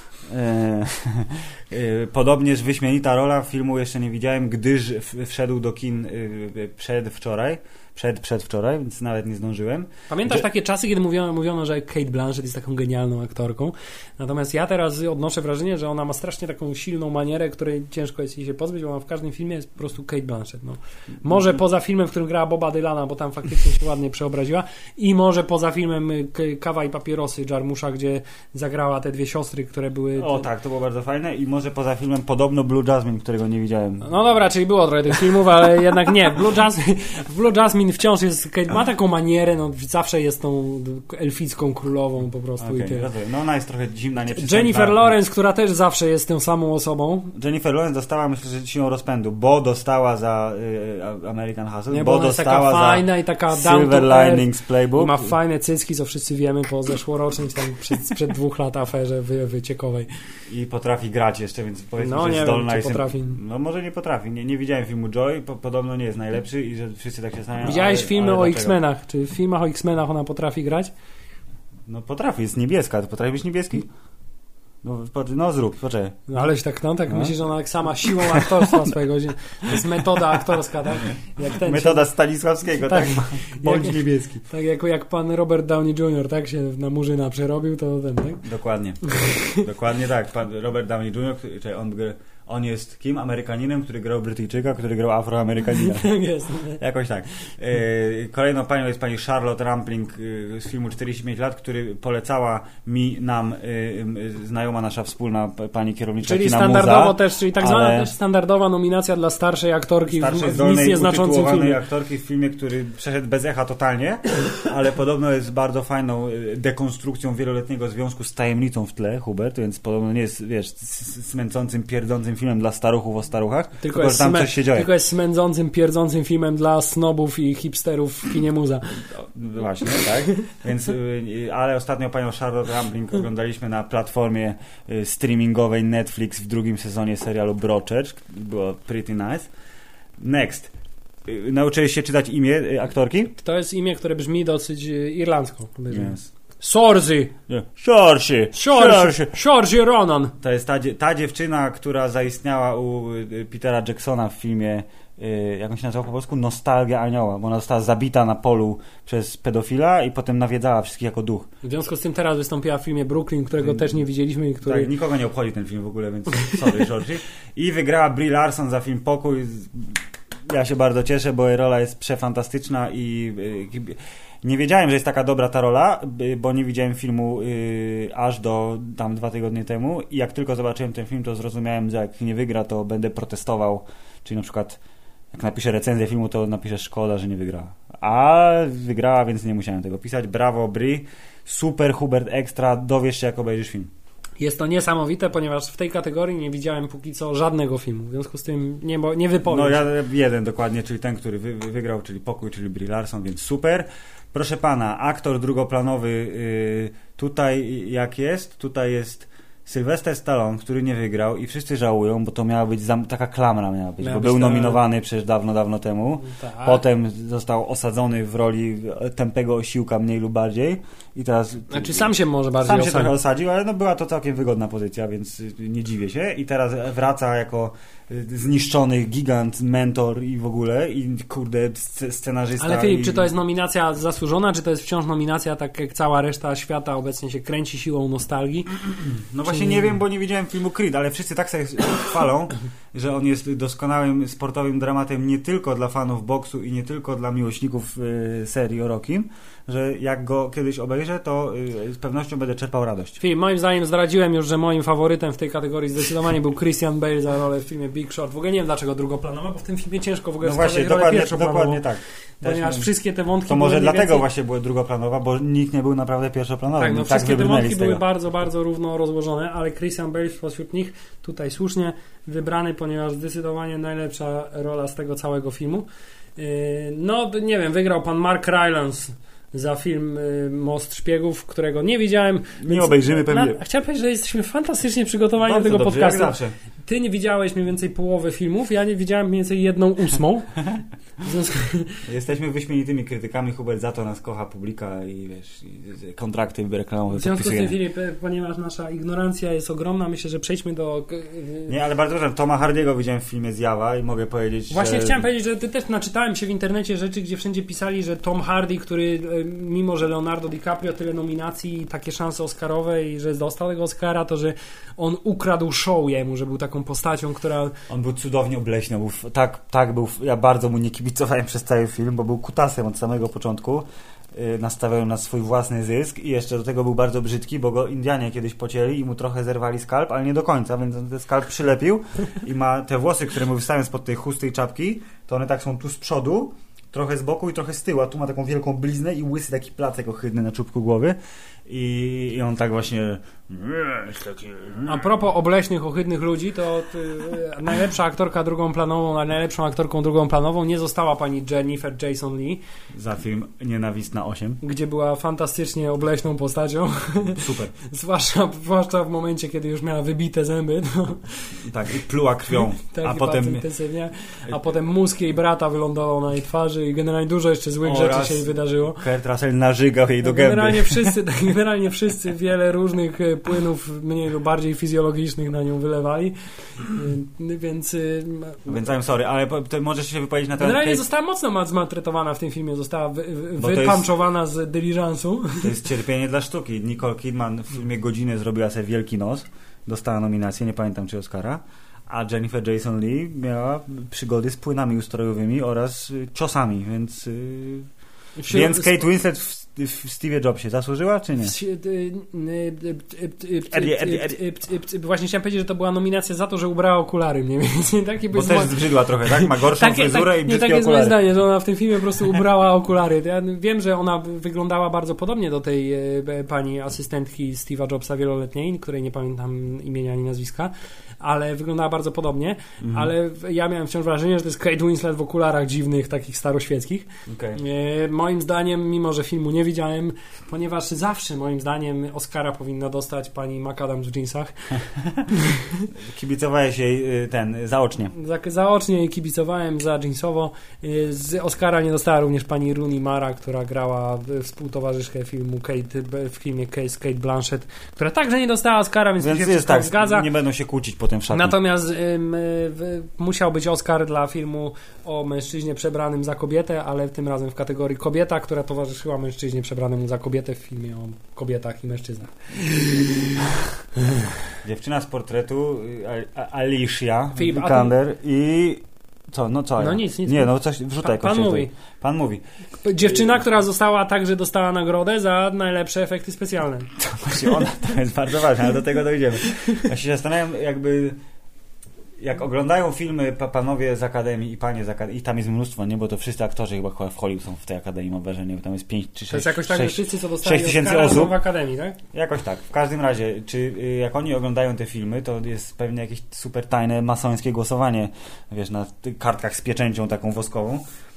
Y, y, podobnież wyśmienita rola, filmu jeszcze nie widziałem, gdyż w, wszedł do kin y, przedwczoraj. Przed, przedwczoraj, więc nawet nie zdążyłem. Pamiętasz że... takie czasy, kiedy mówiono, mówiono, że Kate Blanchett jest taką genialną aktorką? Natomiast ja teraz odnoszę wrażenie, że ona ma strasznie taką silną manierę, której ciężko jest jej się pozbyć, bo ona w każdym filmie jest po prostu Kate Blanchett. No. Może poza filmem, w którym grała Boba Dylana, bo tam faktycznie się ładnie przeobraziła, i może poza filmem Kawa i papierosy Jarmusza, gdzie zagrała te dwie siostry, które były... O tak, to było bardzo fajne, i może poza filmem podobno Blue Jasmine, którego nie widziałem. No dobra, czyli było trochę tych filmów, ale jednak nie. Blue Jasmine, Blue Jasmine wciąż jest, ma taką manierę, no zawsze jest tą elficką królową po prostu. Okay, i tyle. No ona jest trochę zimna, nieprzystępna. Jennifer Lawrence, która też zawsze jest tą samą osobą. Jennifer Lawrence dostała, myślę, że siłą rozpędu, bo dostała za y, American Hustle, nie, bo, bo ona dostała jest taka za fajna i taka Silver Linings Playbook. I ma fajne cycki, co wszyscy wiemy po zeszłorocznej, tam przed, przed dwóch lat aferze wy, wyciekowej. I potrafi grać jeszcze, więc powiedzmy, no, że nie zdolna wiem, jest. Potrafi. No może nie potrafi. Nie, nie widziałem filmu Joy, po, podobno nie jest najlepszy i że wszyscy tak się stają. Widziałeś ale, filmy ale o dlaczego? X-Menach? Czy w filmach o X-Menach ona potrafi grać? No potrafi, jest niebieska. Potrafi być niebieski? No, no zrób, poczekaj. No aleś tak, no tak no. Myślisz, że ona tak sama siłą aktorstwa swojego, to jest metoda aktorska, tak? Jak ten metoda się... Stanisławskiego, tak? tak? Bądź jak, niebieski. Tak jak, jak pan Robert Downey junior, tak? Się na Murzyna przerobił, to ten, tak? Dokładnie. Dokładnie tak. Pan Robert Downey junior, czyli on, on jest kim? Amerykaninem, który grał Brytyjczyka, który grał Afroamerykanina. Tak jest. Jakoś tak. E, kolejną panią jest pani Charlotte Rampling z filmu czterdzieści pięć lat, który polecała mi, nam, e, znajoma nasza wspólna pani kierowniczka czyli kina standardowo Muza, też, czyli tak zwana też standardowa nominacja dla starszej aktorki starszej, w, w nic nieznaczącym filmie. aktorki w filmie, który przeszedł bez echa totalnie, ale podobno jest bardzo fajną dekonstrukcją wieloletniego związku z tajemnicą w tle, Hubert, więc podobno nie jest, wiesz, smęcącym, pierdzącym filmem dla staruchów o staruchach, tylko, tylko jest że tam smę- coś się dzieje. Tylko jest smędzącym, pierdzącym filmem dla snobów i hipsterów w kinie Muza. Właśnie, tak. Więc, ale ostatnio panią Charlotte Rampling oglądaliśmy na platformie streamingowej Netflix w drugim sezonie serialu Broadchurch. Było pretty nice. Next. Nauczyłeś się czytać imię aktorki? To jest imię, które brzmi dosyć irlandzko. Yes. Sorzy. Sorzy. Sorzy. Sorzy Ronan. To jest ta, ta dziewczyna, która zaistniała u Petera Jacksona w filmie, jak on się nazywał po polsku? Nostalgia Anioła, bo ona została zabita na polu przez pedofila i potem nawiedzała wszystkich jako duch. W związku z tym teraz wystąpiła w filmie Brooklyn, którego hmm. też nie widzieliśmy. I który... Tak, nikogo nie obchodzi ten film w ogóle, więc sorry, Georgie. I wygrała Brie Larson za film Pokój. Ja się bardzo cieszę, bo jej rola jest przefantastyczna i nie wiedziałem, że jest taka dobra ta rola, bo nie widziałem filmu yy, aż do tam dwa tygodnie temu i jak tylko zobaczyłem ten film, to zrozumiałem, że jak nie wygra, to będę protestował, czyli na przykład jak napiszę recenzję filmu, to napiszę szkoda, że nie wygrała. A wygrała, więc nie musiałem tego pisać. Brawo, Brie. Super, Hubert Extra. Dowiesz się, jak obejrzysz film. Jest to niesamowite, ponieważ w tej kategorii nie widziałem póki co żadnego filmu. W związku z tym nie, nie wypowiem. No ja jeden dokładnie, czyli ten, który wy, wygrał, czyli Pokój, czyli Brie Larson, więc super. Proszę pana, aktor drugoplanowy yy, tutaj jak jest? Tutaj jest Sylwester Stallone, który nie wygrał i wszyscy żałują, bo to miała być zam- taka klamra miała być, miała bo być był ta... nominowany przecież dawno, dawno temu. Tak. Potem został osadzony w roli tępego osiłka mniej lub bardziej i teraz... Znaczy sam się może bardziej Sam się osadził. trochę osadził, ale no była to całkiem wygodna pozycja, więc nie dziwię się. I teraz wraca jako zniszczony gigant, mentor i w ogóle i kurde scenarzysta. Ale Filip, i... czy to jest nominacja zasłużona, czy to jest wciąż nominacja, tak jak cała reszta świata obecnie się kręci siłą nostalgii? No właśnie nie wiem, bo nie widziałem filmu Creed, ale wszyscy tak sobie chwalą, że on jest doskonałym sportowym dramatem nie tylko dla fanów boksu i nie tylko dla miłośników y, serii o Rockim, że jak go kiedyś obejrzę, to y, z pewnością będę czerpał radość. Filip, moim zdaniem zdradziłem już, że moim faworytem w tej kategorii zdecydowanie był Christian Bale za rolę w filmie Big Short. W ogóle nie wiem dlaczego drugoplanowa, bo w tym filmie ciężko w ogóle no właśnie, rolę dokładnie, pierwszoplanową. dokładnie tak. Ponieważ Też, wszystkie te wątki to może były dlatego więcej... właśnie były drugoplanowa, bo nikt nie był naprawdę pierwszoplanowy. Tak, no tak wszystkie te wątki z tego. były bardzo, bardzo równo rozłożone, ale Christian Bale spośród nich tutaj słusznie wybrany, ponieważ zdecydowanie najlepsza rola z tego całego filmu. No, nie wiem, wygrał pan Mark Rylance za film Most Szpiegów, którego nie widziałem. Nie obejrzymy pewnie. Na, chciałem powiedzieć, że jesteśmy fantastycznie przygotowani bardzo do tego dobrze, podcastu. Jak zawsze. Ty nie widziałeś mniej więcej połowy filmów, ja nie widziałem mniej więcej jedną ósmą. Związku... Jesteśmy wyśmienitymi krytykami, Hubert za to nas kocha publika i wiesz, i kontrakty reklamowe W związku z tym, podpisujemy. Filip, ponieważ nasza ignorancja jest ogromna, myślę, że przejdźmy do... Nie, ale bardzo dobrze. Toma Hardiego widziałem w filmie Zjawa i mogę powiedzieć, Właśnie że... chciałem powiedzieć, że ty też naczytałem się w internecie rzeczy, gdzie wszędzie pisali, że Tom Hardy, który mimo, że Leonardo DiCaprio tyle nominacji i takie szanse oscarowe i że dostał tego Oscara, to że on ukradł show jemu, że był taką postacią, która... On był cudownie obleśny, był tak, tak był, ja bardzo mu nie kibicowałem przez cały film, bo był kutasem od samego początku, yy, nastawiał na swój własny zysk i jeszcze do tego był bardzo brzydki, bo go Indianie kiedyś pocięli i mu trochę zerwali skalp, ale nie do końca, więc on ten skalp przylepił i ma te włosy, które mu wystają spod tej chusty i czapki, to one tak są tu z przodu, trochę z boku i trochę z tyłu, a tu ma taką wielką bliznę i łysy taki placek ohydny na czubku głowy i, i on tak właśnie taki... A propos obleśnych, ohydnych ludzi, to ty, najlepsza aktorka drugą planową, a najlepszą aktorką drugą planową nie została pani Jennifer Jason Leigh. Za film Nienawistna osiem. Gdzie była fantastycznie obleśną postacią. Super. zwłaszcza, zwłaszcza w momencie, kiedy już miała wybite zęby. No. Tak, i pluła krwią. tak, a potem intensywnie. A potem mózg jej brata wylądował na jej twarzy i generalnie dużo jeszcze złych rzeczy się jej wydarzyło. Kurt Russell narzygał jej do no, gęby. Generalnie wszyscy, generalnie wszyscy wiele różnych płynów mniej lub bardziej fizjologicznych na nią wylewali. Więc... Więc I'm sorry, ale to możesz się wypowiedzieć na temat... Generalnie Kate... została mocno zmaltretowana w tym filmie. Została wy, wy, wypanczowana jest... z dyliżansu. To jest cierpienie dla sztuki. Nicole Kidman w filmie Godziny zrobiła sobie wielki nos. Dostała nominację, nie pamiętam czy Oscara. A Jennifer Jason Leigh miała przygody z płynami ustrojowymi oraz ciosami, więc... Wśród... Więc Kate Winslet w, w Steve'ie Jobsie zasłużyła, czy nie? Właśnie chciałem powiedzieć, że to była nominacja za to, że ubrała okulary mniej więcej. Taki Bo też zbrzydła trochę, tak? Ma gorszą takie, fryzurę tak, i brzydkie nie, takie okulary. Takie jest moje zdanie, że ona w tym filmie po prostu ubrała okulary. Ja wiem, że ona wyglądała bardzo podobnie do tej pani asystentki Steve'a Jobsa wieloletniej, której nie pamiętam imienia ani nazwiska, ale wyglądała bardzo podobnie, mhm. ale ja miałem wciąż wrażenie, że to jest Kate Winslet w okularach dziwnych, takich staroświeckich. Okay. E, moim zdaniem, mimo że filmu nie widziałem, ponieważ zawsze moim zdaniem Oscara powinna dostać pani McAdams w jeansach. Kibicowałeś jej ten, zaocznie. Za, zaocznie jej kibicowałem za jeansowo. Z Oscara nie dostała również pani Rooney Mara, która grała współtowarzyszkę filmu Kate, w filmie Case Kate Blanchett, która także nie dostała Oscara, więc, więc się wszystko tak, zgadza. Nie będą się kłócić potem w szatni. Natomiast ym, y, musiał być Oscar dla filmu o mężczyźnie przebranym za kobietę, ale tym razem w kategorii kobieta, która towarzyszyła mężczyźnie przebranemu za kobietę w filmie o kobietach i mężczyznach. Dziewczyna z portretu Alicia Vikander i co, no co? No nic, nic. Nie, no coś wrzutaj. Pan, pan mówi. Pan mówi. Dziewczyna, która została także dostała nagrodę za najlepsze efekty specjalne. To właśnie ona, to jest bardzo ważne, ale do tego dojdziemy. Ja się zastanawiam, jakby jak oglądają filmy panowie z Akademii i panie z Akademii, i tam jest mnóstwo, nie? Bo to wszyscy aktorzy chyba w Hollywood są w tej Akademii, mam wrażenie, bo tam jest pięć czy sześć. To jest jakoś tak, sześć, że wszyscy, co dostali tysięcy osób są w Akademii, tak? Jakoś tak. W każdym razie, czy jak oni oglądają te filmy, to jest pewnie jakieś super tajne masońskie głosowanie, wiesz, na kartkach z pieczęcią taką woskową.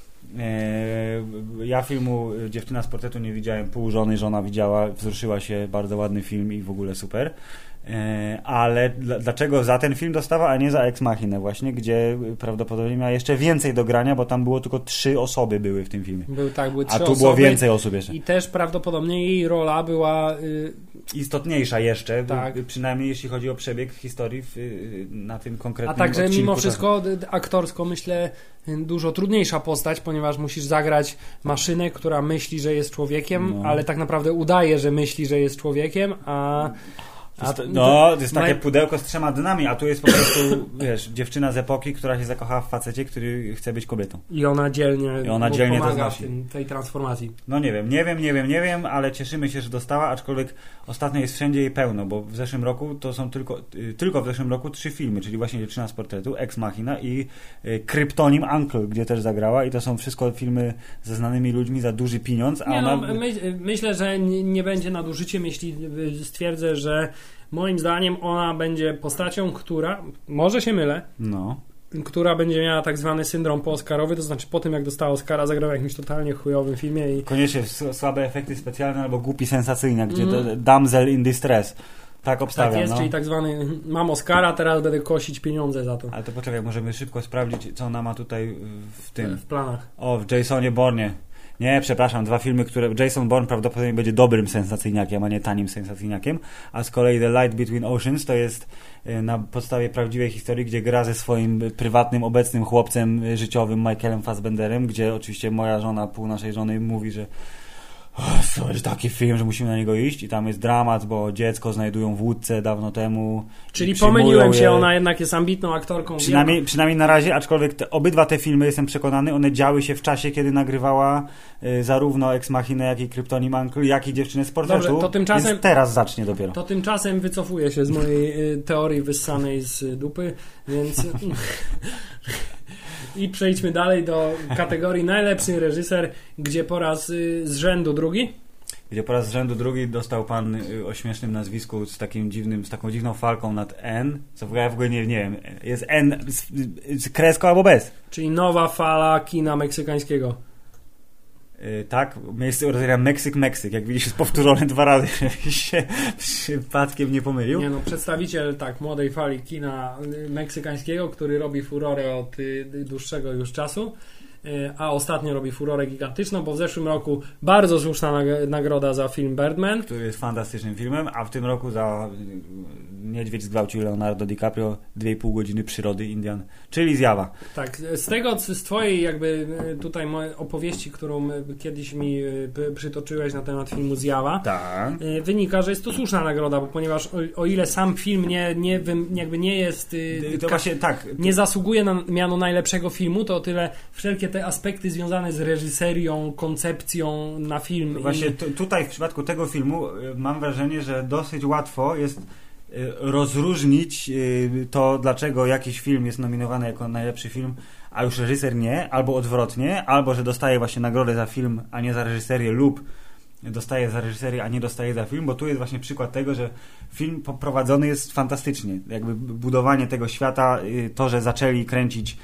Ja filmu Dziewczyna z portretu nie widziałem, pół żony żona widziała, wzruszyła się, bardzo ładny film i w ogóle super. Ale dlaczego za ten film dostała, a nie za Ex Machinę właśnie, gdzie prawdopodobnie miała jeszcze więcej do grania, bo tam było tylko trzy osoby były w tym filmie. Był, tak, były trzy a tu osoby, było więcej osób jeszcze. I też prawdopodobnie jej rola była... Y... istotniejsza jeszcze, tak. Przynajmniej jeśli chodzi o przebieg historii w, na tym konkretnym A także odcinku, mimo wszystko tak. aktorsko myślę dużo trudniejsza postać, ponieważ musisz zagrać maszynę, która myśli, że jest człowiekiem, no. ale tak naprawdę udaje, że myśli, że jest człowiekiem, a... A to, no, to jest takie naj... pudełko z trzema dnami, a tu jest po prostu, wiesz, dziewczyna z epoki, która się zakochała w facecie, który chce być kobietą. I ona dzielnie, I ona dzielnie pomaga to znosi. w tym, tej transformacji. No nie wiem, nie wiem, nie wiem, nie wiem, ale cieszymy się, że dostała, aczkolwiek ostatnio jest wszędzie jej pełno, bo w zeszłym roku to są tylko, tylko w zeszłym roku trzy filmy, czyli właśnie Dziewczyna z portretu, Ex Machina i Kryptonim Uncle, gdzie też zagrała i to są wszystko filmy ze znanymi ludźmi za duży pieniądz, a nie, ona... no, my, myślę, że nie, nie będzie nadużyciem, jeśli stwierdzę, że moim zdaniem ona będzie postacią, która, może się mylę, no. która będzie miała tak zwany syndrom pooskarowy, to znaczy po tym jak dostała Oscara, zagrała w jakimś totalnie chujowym filmie. I... Koniecznie słabe efekty specjalne albo głupi sensacyjny, gdzie mm. to damsel in distress. Tak obstawiam. Tak jest, no. czyli tak zwany mam Oscara, teraz będę kosić pieniądze za to. Ale to poczekaj, możemy szybko sprawdzić, co ona ma tutaj w tym. W planach. O, w Jasonie Bournie. Nie, przepraszam, dwa filmy, które... Jason Bourne prawdopodobnie będzie dobrym sensacyjniakiem, a nie tanim sensacyjniakiem, a z kolei The Light Between Oceans to jest na podstawie prawdziwej historii, gdzie gra ze swoim prywatnym, obecnym chłopcem życiowym Michaelem Fassbenderem, gdzie oczywiście moja żona, pół naszej żony mówi, że to jest taki film, że musimy na niego iść i tam jest dramat, bo dziecko znajdują w łódce dawno temu. Czyli pomyliłem się, je. Ona jednak jest ambitną aktorką. Przynajmniej, przynajmniej na razie, aczkolwiek te, obydwa te filmy, jestem przekonany, one działy się w czasie, kiedy nagrywała y, zarówno Ex Machinę, jak i Kryptonim Uncle, jak i Dziewczynę z portretu. Dobrze, to tymczasem, więc teraz zacznie dopiero. To tymczasem wycofuję się z mojej y, teorii wyssanej z dupy, więc... I przejdźmy dalej do kategorii najlepszy reżyser, gdzie po raz y, z rzędu drugi. Gdzie po raz z rzędu drugi dostał pan y, o śmiesznym nazwisku z takim dziwnym, z taką dziwną falką nad N, co ja w ogóle nie, nie wiem, jest N z, z kreską albo bez. Czyli nowa fala kina meksykańskiego. Yy, tak, miejsce urodzenia Meksyk, Meksyk. Jak widzisz, jest powtórzone dwa razy, żebyś się przypadkiem nie pomylił. Nie no, przedstawiciel tak młodej fali kina meksykańskiego, który robi furorę od y, dłuższego już czasu, y, a ostatnio robi furorę gigantyczną, bo w zeszłym roku bardzo słuszna nag- nagroda za film Birdman. Który jest fantastycznym filmem, a w tym roku za Niedźwiedź zgwałcił Leonardo DiCaprio, dwie i pół godziny przyrody Indian, czyli Zjawa. Tak, z tego, z twojej jakby tutaj opowieści, którą kiedyś mi przytoczyłeś na temat filmu Zjawa, tak. wynika, że jest to słuszna nagroda, bo ponieważ o, o ile sam film nie, nie, jakby nie jest to ka- właśnie tak. nie zasługuje na miano najlepszego filmu, to o tyle wszelkie te aspekty związane z reżyserią, koncepcją na film. Właśnie i... t- tutaj w przypadku tego filmu mam wrażenie, że dosyć łatwo jest rozróżnić to, dlaczego jakiś film jest nominowany jako najlepszy film, a już reżyser nie, albo odwrotnie, albo że dostaje właśnie nagrodę za film, a nie za reżyserię, lub dostaje za reżyserię, a nie dostaje za film, bo tu jest właśnie przykład tego, że film poprowadzony jest fantastycznie. Jakby budowanie tego świata, to, że zaczęli kręcić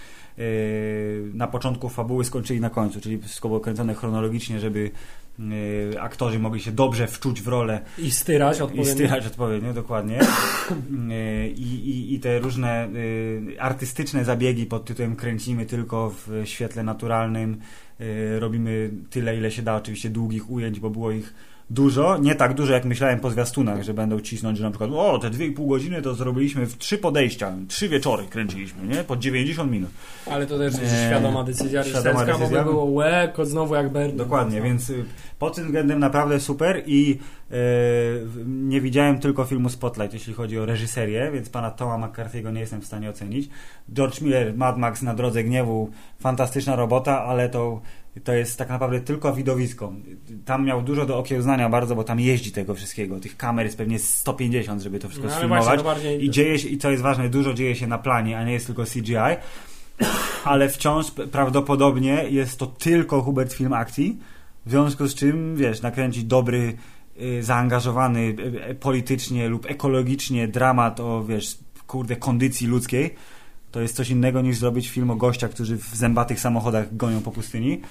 na początku fabuły, skończyli na końcu, czyli wszystko było kręcone chronologicznie, żeby Yy, aktorzy mogli się dobrze wczuć w rolę i styrać odpowiednio, i styrać odpowiednio dokładnie. Yy, i, i te różne yy, artystyczne zabiegi pod tytułem kręcimy tylko w świetle naturalnym, yy, robimy tyle, ile się da, oczywiście długich ujęć, bo było ich dużo, nie tak dużo jak myślałem po zwiastunach, że będą cisnąć, że na przykład o, te dwie i pół godziny to zrobiliśmy w trzy podejścia, trzy wieczory kręciliśmy, nie? Po dziewięćdziesiąt minut. Ale to też jest świadoma decyzja reżyserska, bo by było łeko znowu jak Birdman. Dokładnie, no. Więc pod tym względem naprawdę super i yy, nie widziałem tylko filmu Spotlight, jeśli chodzi o reżyserię, więc pana Toma McCarthy'ego nie jestem w stanie ocenić. George Miller, Mad Max na drodze gniewu, fantastyczna robota, ale to to jest tak naprawdę tylko widowisko. Tam miał dużo do okiełznania bardzo, bo tam jeździ tego wszystkiego. Tych kamer jest pewnie sto pięćdziesiąt, żeby to wszystko no, sfilmować. Bardziej... I dzieje się, i co jest ważne, dużo dzieje się na planie, a nie jest tylko C G I. Ale wciąż prawdopodobnie jest to tylko Hubert film akcji. W związku z czym, wiesz, nakręcić dobry, y, zaangażowany y, politycznie lub ekologicznie dramat o, wiesz, kurde, kondycji ludzkiej, to jest coś innego niż zrobić film o gościach, którzy w zębatych samochodach gonią po pustyni.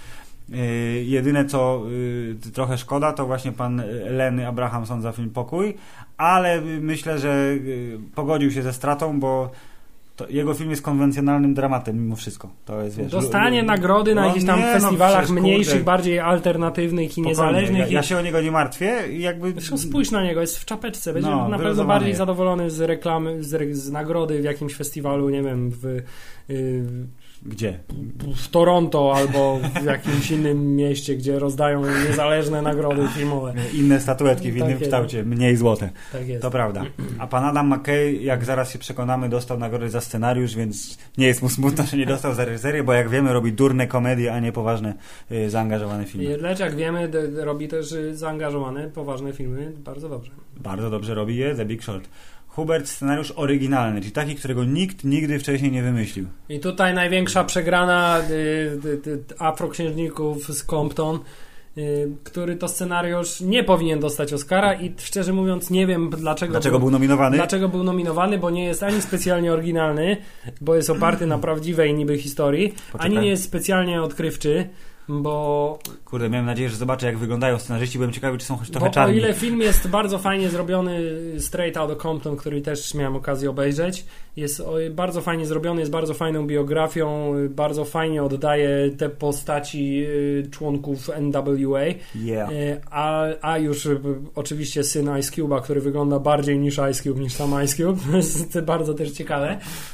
Yy, jedyne co yy, trochę szkoda, to właśnie pan Lenny Abrahamson za film Pokój, ale myślę, że yy, pogodził się ze stratą, bo to jego film jest konwencjonalnym dramatem mimo wszystko. To jest, wiesz, dostanie l- nagrody na no jakichś tam nie, festiwalach no, mniejszych, kurde, bardziej alternatywnych i niezależnych. Ja, ja się o niego nie martwię. Jakby... Zresztą spójrz na niego, jest w czapeczce. Będzie no, na pewno bardziej zadowolony z reklamy, z, z nagrody w jakimś festiwalu, nie wiem, w... Yy, Gdzie? W Toronto albo w jakimś innym mieście, gdzie rozdają niezależne nagrody filmowe. Inne statuetki w innym tak kształcie, mniej złote. Tak jest. To prawda. A pan Adam McKay, jak zaraz się przekonamy, dostał nagrodę za scenariusz, więc nie jest mu smutno, że nie dostał za reżyserię, bo jak wiemy, robi durne komedie, a nie poważne, y, zaangażowane filmy. Lecz jak wiemy, d- robi też zaangażowane, poważne filmy bardzo dobrze. Bardzo dobrze robi je The Big Short. Hubert, scenariusz oryginalny, czyli taki, którego nikt nigdy wcześniej nie wymyślił. I tutaj największa przegrana y, y, y, afroksiężników z Compton, y, który to scenariusz nie powinien dostać Oscara i szczerze mówiąc nie wiem dlaczego, dlaczego był, był nominowany. Dlaczego był nominowany, bo nie jest ani specjalnie oryginalny, bo jest oparty na prawdziwej niby historii, Poczekaj. ani nie jest specjalnie odkrywczy, bo... Kurde, miałem nadzieję, że zobaczę, jak wyglądają scenarzyści, byłem ciekawy, czy są choć trochę bo czarni. O ile film jest bardzo fajnie zrobiony, Straight Outta Compton, który też miałem okazję obejrzeć, jest bardzo fajnie zrobiony, jest bardzo fajną biografią, bardzo fajnie oddaje te postaci członków N W A, yeah. a, a już oczywiście syn Ice Cube'a, który wygląda bardziej niż Ice Cube, niż sam Ice Cube, to jest bardzo też ciekawe.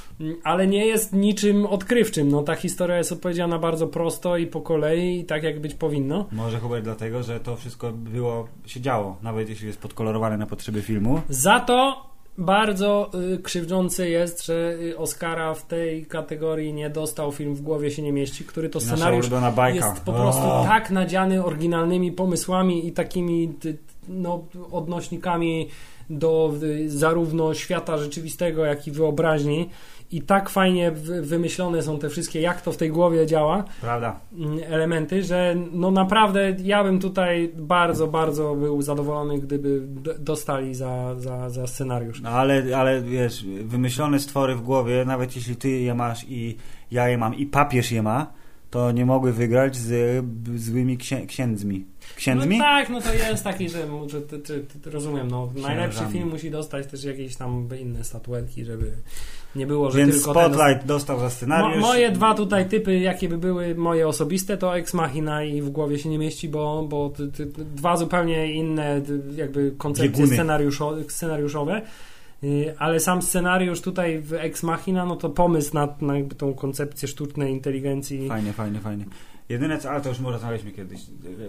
Ale nie jest niczym odkrywczym. No, ta historia jest opowiedziana bardzo prosto i po kolei i tak jak być powinno. Może Hubert dlatego, że to wszystko było, się działo, nawet jeśli jest podkolorowane na potrzeby filmu. Za to bardzo y, krzywdzące jest, że Oscara w tej kategorii nie dostał film W głowie się nie mieści, który to scenariusz jest po prostu oh. tak nadziany oryginalnymi pomysłami i takimi ty, no, odnośnikami do y, zarówno świata rzeczywistego, jak i wyobraźni. I tak fajnie wymyślone są te wszystkie, jak to w tej głowie działa, prawda, elementy, że no naprawdę ja bym tutaj bardzo, bardzo był zadowolony, gdyby d- dostali za, za, za scenariusz. No ale, ale wiesz, wymyślone stwory w głowie, nawet jeśli ty je masz i ja je mam i papież je ma, to nie mogły wygrać z złymi księ- księdzmi. Księdzmi? No tak, no to jest taki, że, że ty, ty, ty, rozumiem, no najlepszy film musi dostać też jakieś tam inne statuetki, żeby nie było, że Więc tylko Spotlight ten... dostał za scenariusz. Mo, moje dwa tutaj typy, jakie by były moje osobiste, to Ex Machina i W głowie się nie mieści, bo, bo ty, ty, dwa zupełnie inne jakby koncepcje scenariuszo, scenariuszowe. Ale sam scenariusz tutaj w Ex Machina, no to pomysł na, na jakby tą koncepcję sztucznej inteligencji. Fajnie, fajnie, fajnie. Jedyne co, ale to już może rozmawialiśmy kiedyś,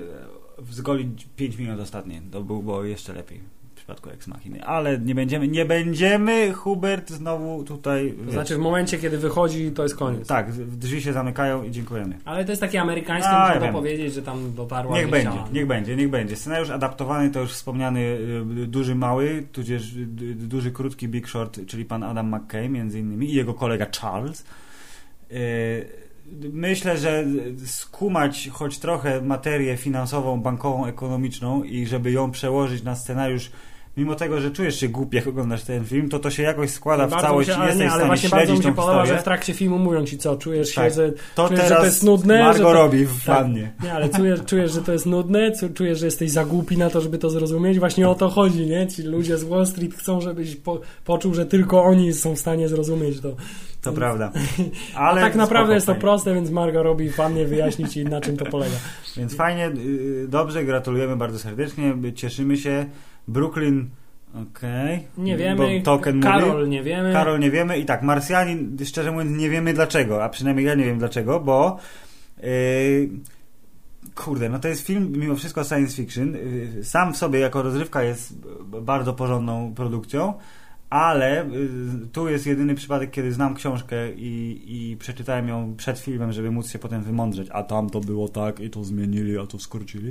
zgolić pięć minut ostatnie, to było jeszcze lepiej w przypadku Ex Machiny, ale nie będziemy, nie będziemy, Hubert, znowu tutaj... To znaczy w momencie, kiedy wychodzi, to jest koniec. Tak, drzwi się zamykają i dziękujemy. Ale to jest takie amerykańskie, A, muszę ja to powiedzieć, że tam dotarła... Niech będzie, chciała. niech będzie, niech będzie. Scenariusz adaptowany to już wspomniany y, duży, mały, tudzież y, duży, krótki Big Short, czyli pan Adam McKay między innymi i jego kolega Charles. Y, Myślę, że skumać choć trochę materię finansową, bankową, ekonomiczną i żeby ją przełożyć na scenariusz, mimo tego, że czujesz się głupi, jak oglądasz ten film, to to się jakoś składa w całość i jesteś nie, w stanie ale śledzić bardzo mi się tą podoba, historię. że w trakcie filmu mówią ci co, czujesz tak. się, że to czujesz, teraz że to jest nudne. Margo że to, robi w tak, wannie. Nie, ale czujesz, czujesz, że to jest nudne, czujesz, że jesteś za głupi na to, żeby to zrozumieć. Właśnie o to chodzi, nie? Ci ludzie z Wall Street chcą, żebyś po, poczuł, że tylko oni są w stanie zrozumieć to. To więc... prawda. Ale a tak naprawdę jest to fajnie. Proste, więc Margo robi w wannie wyjaśnić ci, na czym to polega. Więc fajnie, dobrze, gratulujemy bardzo serdecznie, cieszymy się. Brooklyn okej. Okay. Nie wiemy. Token Karol mówi. nie wiemy. Karol nie wiemy i tak, Marsjanin, szczerze mówiąc, nie wiemy dlaczego, a przynajmniej ja nie wiem dlaczego, bo yy, kurde, no to jest film mimo wszystko science fiction. Yy, sam w sobie jako rozrywka jest bardzo porządną produkcją, ale yy, tu jest jedyny przypadek, kiedy znam książkę i, i przeczytałem ją przed filmem, żeby móc się potem wymądrzeć, a tam to było tak i to zmienili, a to skrócili.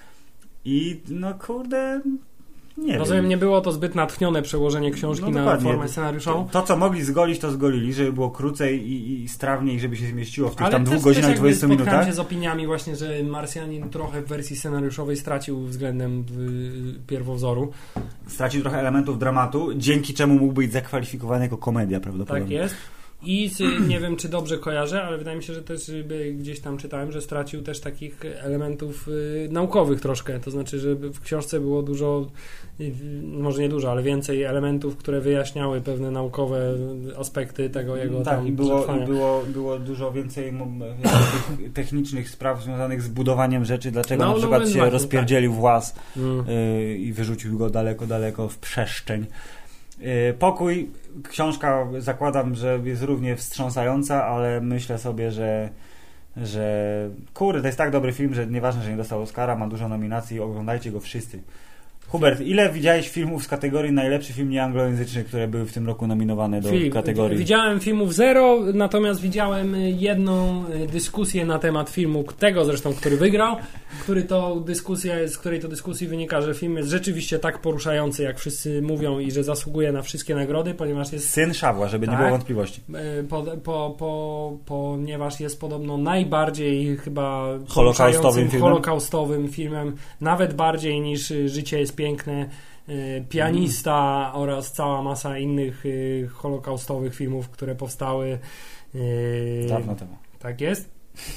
I no kurde... Nie Rozumiem, wiem. nie było to zbyt natchnione przełożenie książki no, na formę scenariuszową. To, to, co mogli zgolić, to zgolili, żeby było krócej i, i strawniej, żeby się zmieściło w tych ale tam dwóch godzinach i dwudziestu minutach. Ale też się z opiniami właśnie, że Marsjanin trochę w wersji scenariuszowej stracił względem y, pierwowzoru. Stracił trochę elementów dramatu, dzięki czemu mógł być zakwalifikowany jako komedia prawdopodobnie. Tak jest. I z, nie wiem, czy dobrze kojarzę, ale wydaje mi się, że też gdzieś tam czytałem, że stracił też takich elementów y, naukowych troszkę. To znaczy, że w książce było dużo, y, może nie dużo, ale więcej elementów, które wyjaśniały pewne naukowe aspekty tego jego tak, tam i było, przetrwania. było, było dużo więcej tych technicznych spraw związanych z budowaniem rzeczy, dlaczego no, na przykład no, się właśnie, rozpierdzielił tak. włas mm. y, i wyrzucił go daleko, daleko w przestrzeń. Y, pokój, książka zakładam, że jest równie wstrząsająca, ale myślę sobie, że że kurde, to jest tak dobry film, że nieważne, że nie dostał Oscara, ma dużo nominacji, oglądajcie go wszyscy. Hubert, ile widziałeś filmów z kategorii najlepszy film nieanglojęzyczny, które były w tym roku nominowane do Filip, kategorii? Widziałem filmów zero, natomiast widziałem jedną dyskusję na temat filmu, tego zresztą, który wygrał, który to dyskusja, z której to dyskusji wynika, że film jest rzeczywiście tak poruszający, jak wszyscy mówią i że zasługuje na wszystkie nagrody, ponieważ jest... Syn Szawła, żeby tak, nie było wątpliwości. Po, po, po, ponieważ jest podobno najbardziej chyba holokaustowym filmem. holokaustowym filmem, nawet bardziej niż Życie jest piękne, Pianista mm. oraz cała masa innych y, holokaustowych filmów, które powstały. Y, Dawno temu. Tak jest?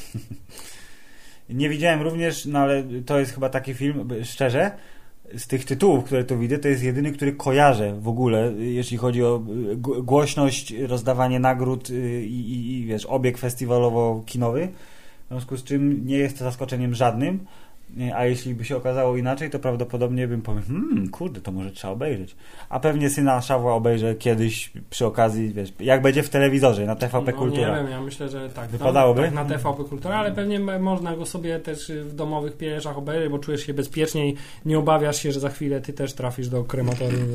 Nie widziałem również, no ale to jest chyba taki film, szczerze, z tych tytułów, które tu widzę, to jest jedyny, który kojarzę w ogóle, jeśli chodzi o głośność, rozdawanie nagród i, i, i wiesz, obieg festiwalowo-kinowy. W związku z czym nie jest to zaskoczeniem żadnym. A jeśli by się okazało inaczej, to prawdopodobnie bym powiedział, hmm, kurde, to może trzeba obejrzeć. A pewnie Syna Szawła obejrzę kiedyś przy okazji, wiesz, jak będzie w telewizorze, na T V P no, Kultura. Nie wiem, ja myślę, że tak. Wypadałoby? No, tak, na T V P Kultura, ale pewnie można go sobie też w domowych pieniężach obejrzeć, bo czujesz się bezpieczniej, nie obawiasz się, że za chwilę ty też trafisz do krematorium.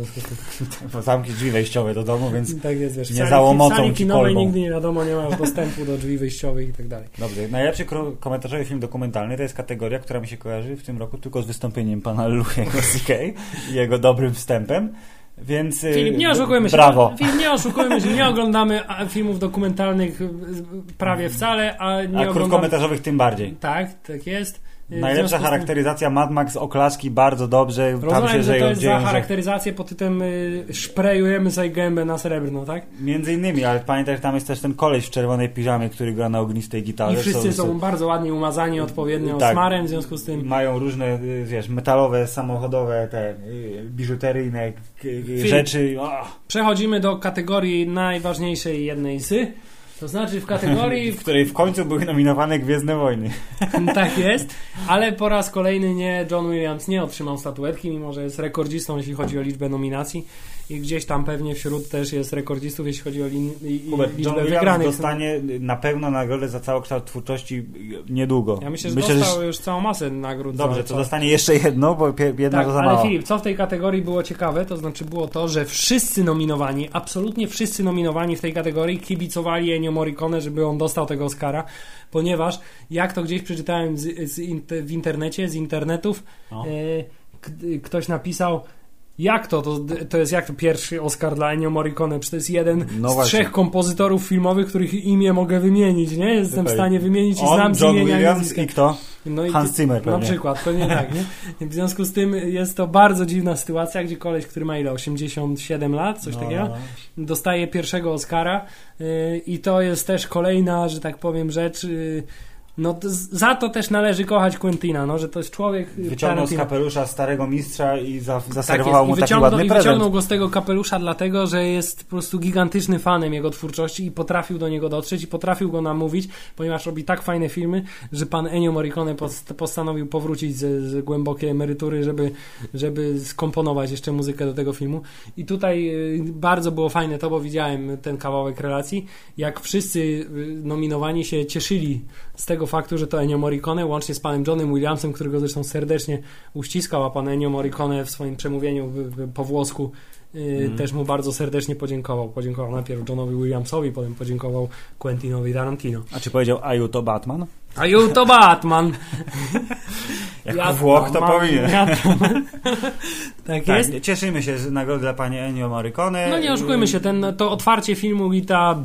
Zamknij drzwi wejściowe do domu, więc tak jest, wiesz, nie załomocą ci kolbą. W sali kinowej nigdy nie wiadomo, nie masz dostępu do drzwi wejściowych i tak dalej. Dobrze, najlepszy komentarzowy film dokumentalny to jest kategoria, która mi się kojarzy w tym roku tylko z wystąpieniem pana Louiego C K i jego dobrym wstępem, więc Filip, nie oszukujmy się, brawo. Filip, nie oszukujmy się, nie oglądamy filmów dokumentalnych prawie wcale, a nie a oglądamy... krótkometrażowych tym bardziej. Tak, tak jest. Najlepsza charakteryzacja Mad Max, oklaski bardzo dobrze. Rozumiem, tam się że to jest dzieją, za charakteryzację że... pod tytułem y, szprejujemy sobie gębę na srebrno, tak? Między innymi, ale pamiętaj, że tam jest też ten koleś w czerwonej piżamie, który gra na ognistej gitarze. I wszyscy są, są bardzo ładnie umazani odpowiednio tak, smarem, w związku z tym... Mają różne, wiesz, metalowe, samochodowe, te biżuteryjne rzeczy. Oh. Przechodzimy do kategorii najważniejszej jednej z... To znaczy w kategorii... w której w końcu były nominowane Gwiezdne Wojny. Tak jest, ale po raz kolejny nie, John Williams nie otrzymał statuetki, mimo że jest rekordzistą, jeśli chodzi o liczbę nominacji i gdzieś tam pewnie wśród też jest rekordzistów, jeśli chodzi o li, li, Hubert, liczbę John wygranych. Williams dostanie na pewno nagrodę za całokształt twórczości niedługo. Ja myślę, że myślę, dostał że... już całą masę nagród. Dobrze, za, to co... dostanie jeszcze jedno, bo jedna tak, to za ale mało. Filip, co w tej kategorii było ciekawe, to znaczy było to, że wszyscy nominowani, absolutnie wszyscy nominowani w tej kategorii kibicowali Ennio Morricone, żeby on dostał tego Oscara, ponieważ jak to gdzieś przeczytałem z, z w internecie, z internetów, no. e, k, ktoś napisał, jak to? to? To jest jak to pierwszy Oscar dla Ennio Morricone? Przecież to jest jeden no z właśnie. trzech kompozytorów filmowych, których imię mogę wymienić, nie? Jestem okay. w stanie wymienić i On, znam z John imienia Williams i kto? No Hans Zimmer pewnie. Na przykład, to nie tak, nie? W związku z tym jest to bardzo dziwna sytuacja, gdzie koleś, który ma ile? osiemdziesiąt siedem lat, coś no, takiego, no. dostaje pierwszego Oscara yy, i to jest też kolejna, że tak powiem, rzecz... Yy, no to za to też należy kochać Quentina, no, że to jest człowiek... Wyciągnął Tarantino. z kapelusza starego mistrza i za, zaserwował tak mu I taki ładny I prezent. wyciągnął go z tego kapelusza dlatego, że jest po prostu gigantycznym fanem jego twórczości i potrafił do niego dotrzeć i potrafił go namówić, ponieważ robi tak fajne filmy, że pan Ennio Morricone post- postanowił powrócić z, z głębokiej emerytury, żeby, żeby skomponować jeszcze muzykę do tego filmu. I tutaj y, bardzo było fajne to, bo widziałem ten kawałek relacji, jak wszyscy y, nominowani się cieszyli z tego faktu, że to Ennio Morricone, łącznie z panem Johnem Williamsem, którego zresztą serdecznie uściskał, a pan Ennio Morricone w swoim przemówieniu w, w, po włosku yy, mm. też mu bardzo serdecznie podziękował. Podziękował najpierw Johnowi Williamsowi, potem podziękował Quentinowi Tarantino. A czy powiedział Aju to Batman? Aju to Batman! Jak ja Włoch to powinien. Ja tak, tak jest. Cieszymy się z nagrody dla pani Ennio Morricone. No nie oszukujmy się, ten, to otwarcie filmu i ta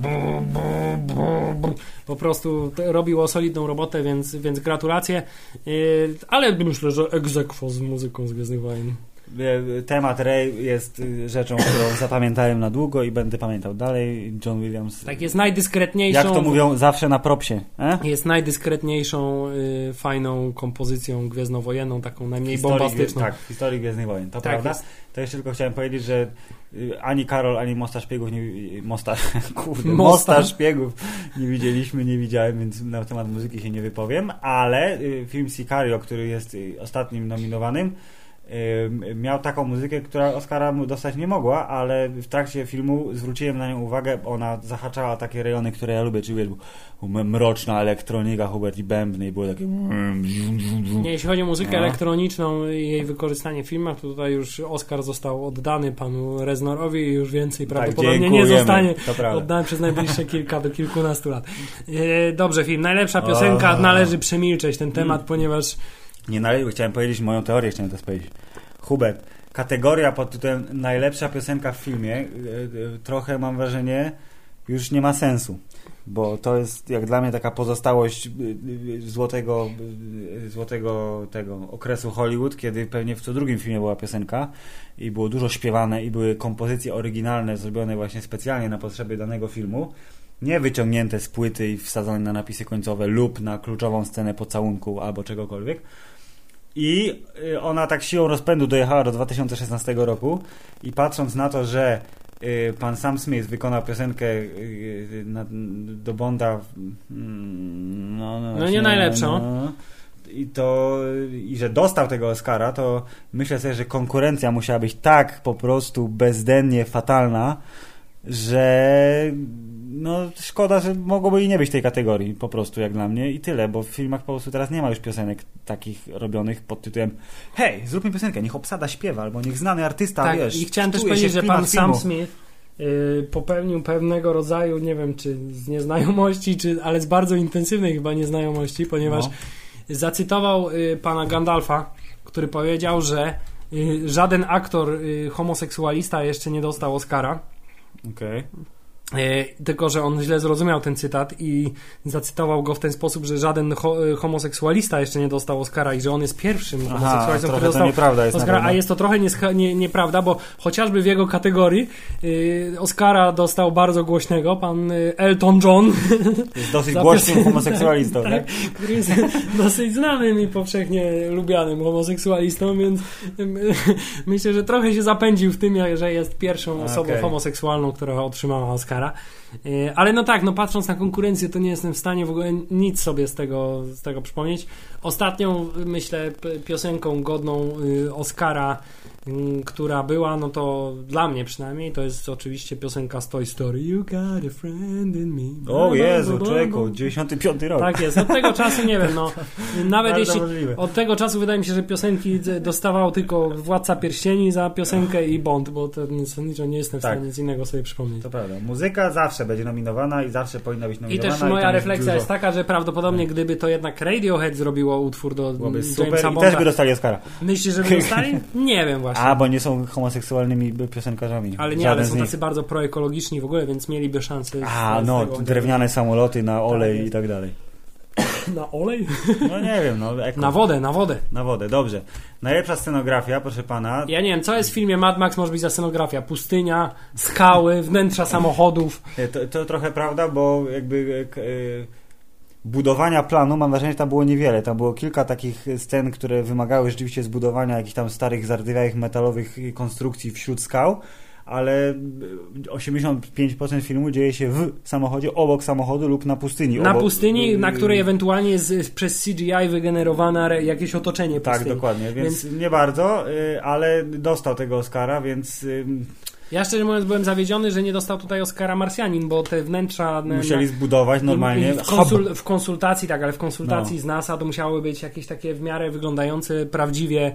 po prostu robiło solidną robotę, więc, więc gratulacje. Yy, ale myślę, że ex aequo z muzyką z Gwiezdnych Wojen. temat Rey jest rzeczą, którą zapamiętałem na długo i będę pamiętał dalej. John Williams. Tak, jest najdyskretniejszą. Jak to mówią, zawsze na propsie. E? Jest najdyskretniejszą, y, fajną kompozycją gwiezdnowojenną, taką najmniej historii, bombastyczną. Tak, w historii Gwiezdnych Wojen. To tak prawda. Jest. To jeszcze tylko chciałem powiedzieć, że ani Karol, ani Mosta Szpiegów nie... Mosta, kurde, Mosta. Mosta Szpiegów nie widzieliśmy, nie widziałem, więc na temat muzyki się nie wypowiem, ale film Sicario, który jest ostatnim nominowanym, miał taką muzykę, która Oscara mu dostać nie mogła, ale w trakcie filmu zwróciłem na nią uwagę, ona zahaczała takie rejony, które ja lubię, czyli wiesz, mroczna elektronika, Hubert i bębny i było takie... Nie, jeśli chodzi o muzykę no. elektroniczną i jej wykorzystanie w filmach, to tutaj już Oscar został oddany panu Reznorowi i już więcej prawdopodobnie tak, nie zostanie to oddany przez najbliższe kilka do kilkunastu lat. Dobrze, film. Najlepsza piosenka, oh. należy przemilczeć ten temat, hmm. ponieważ Nie należy, chciałem powiedzieć moją teorię, chciałem to powiedzieć. Hubert, kategoria pod tytułem najlepsza piosenka w filmie, trochę mam wrażenie, już nie ma sensu, bo to jest jak dla mnie taka pozostałość złotego, złotego tego okresu Hollywood, kiedy pewnie w co drugim filmie była piosenka i było dużo śpiewane i były kompozycje oryginalne zrobione właśnie specjalnie na potrzeby danego filmu, nie wyciągnięte z płyty i wsadzone na napisy końcowe lub na kluczową scenę pocałunku albo czegokolwiek. I ona tak siłą rozpędu dojechała do dwa tysiące szesnastego roku i patrząc na to, że y, pan Sam Smith wykonał piosenkę y, na, do Bonda no, no, no nie najlepszą no, i to i że dostał tego Oscara, to myślę sobie, że konkurencja musiała być tak po prostu bezdennie fatalna, że no szkoda, że mogłoby i nie być tej kategorii po prostu jak dla mnie i tyle, bo w filmach po prostu teraz nie ma już piosenek takich robionych pod tytułem hej, zróbmy piosenkę, niech obsada śpiewa, albo niech znany artysta, tak, wiesz, i chciałem też powiedzieć, że pan Sam Smith yy, popełnił pewnego rodzaju, nie wiem, czy z nieznajomości, czy, ale z bardzo intensywnej chyba nieznajomości, ponieważ no. zacytował yy, pana Gandalfa, który powiedział, że yy, żaden aktor yy, homoseksualista jeszcze nie dostał Oscara. Okej. Okay. Tylko, że on źle zrozumiał ten cytat i zacytował go w ten sposób, że żaden ho homoseksualista jeszcze nie dostał Oscara i że on jest pierwszym Aha, homoseksualistą, który dostał nieprawda jest Oscara, a jest to trochę nieprawda, nie, nieprawda, bo chociażby w jego kategorii yy, Oscara dostał bardzo głośnego pan Elton John. Jest dosyć głośnym homoseksualistą, tak? tak? Który jest dosyć znanym i powszechnie lubianym homoseksualistą, więc myślę, że trochę się zapędził w tym, że jest pierwszą osobą okay. homoseksualną, która otrzymała Oscara. Ale no tak, no patrząc na konkurencję, to nie jestem w stanie w ogóle nic sobie z tego, z tego przypomnieć. Ostatnią, myślę, piosenką godną Oscara, która była, no to dla mnie przynajmniej, to jest oczywiście piosenka z Toy Story. You got a friend in me. O Jezu, człowieku, dziewięćdziesiąty piąty rok. Tak jest, od tego czasu nie wiem, no nawet jeśli możliwe. Od tego czasu wydaje mi się, że piosenki dostawał tylko Władca Pierścieni za piosenkę i Bond, bo to nic, nie jestem w stanie tak. nic innego sobie przypomnieć. To prawda, muzyka zawsze będzie nominowana i zawsze powinna być nominowana. I też moja i refleksja jest, jest taka, że prawdopodobnie tak. gdyby to jednak Radiohead zrobiło utwór do Byłoby Jamesa super Bonda. I też by dostali Oscara. Myślisz, że by dostali? Nie wiem właśnie. A, bo nie są homoseksualnymi piosenkarzami. Ale nie, Żaden ale są tacy bardzo proekologiczni w ogóle, więc mieliby szansę. A, no, drewniane samoloty na olej tak i tak dalej. Na olej? No nie wiem, no. Eko. Na wodę, na wodę. Na wodę, dobrze. Najlepsza scenografia, proszę pana. Ja nie wiem, co jest w filmie Mad Max może być za scenografia? Pustynia, skały, wnętrza samochodów. To, to trochę prawda, bo jakby... Yy, budowania planu, mam wrażenie, że tam było niewiele. Tam było kilka takich scen, które wymagały rzeczywiście zbudowania jakichś tam starych, zardzewiałych metalowych konstrukcji wśród skał, ale osiemdziesiąt pięć procent filmu dzieje się w samochodzie, obok samochodu lub na pustyni. Na obok, pustyni, y, na której ewentualnie jest przez C G I wygenerowane jakieś otoczenie pustyni. Tak, dokładnie, więc, więc... nie bardzo, y, ale dostał tego Oscara, więc... Y, Ja szczerze mówiąc byłem zawiedziony, że nie dostał tutaj Oscara Marsjanin, bo te wnętrza... Musieli na, zbudować normalnie. W, konsul, w konsultacji, tak, ale w konsultacji no. z NASA to musiały być jakieś takie w miarę wyglądające prawdziwie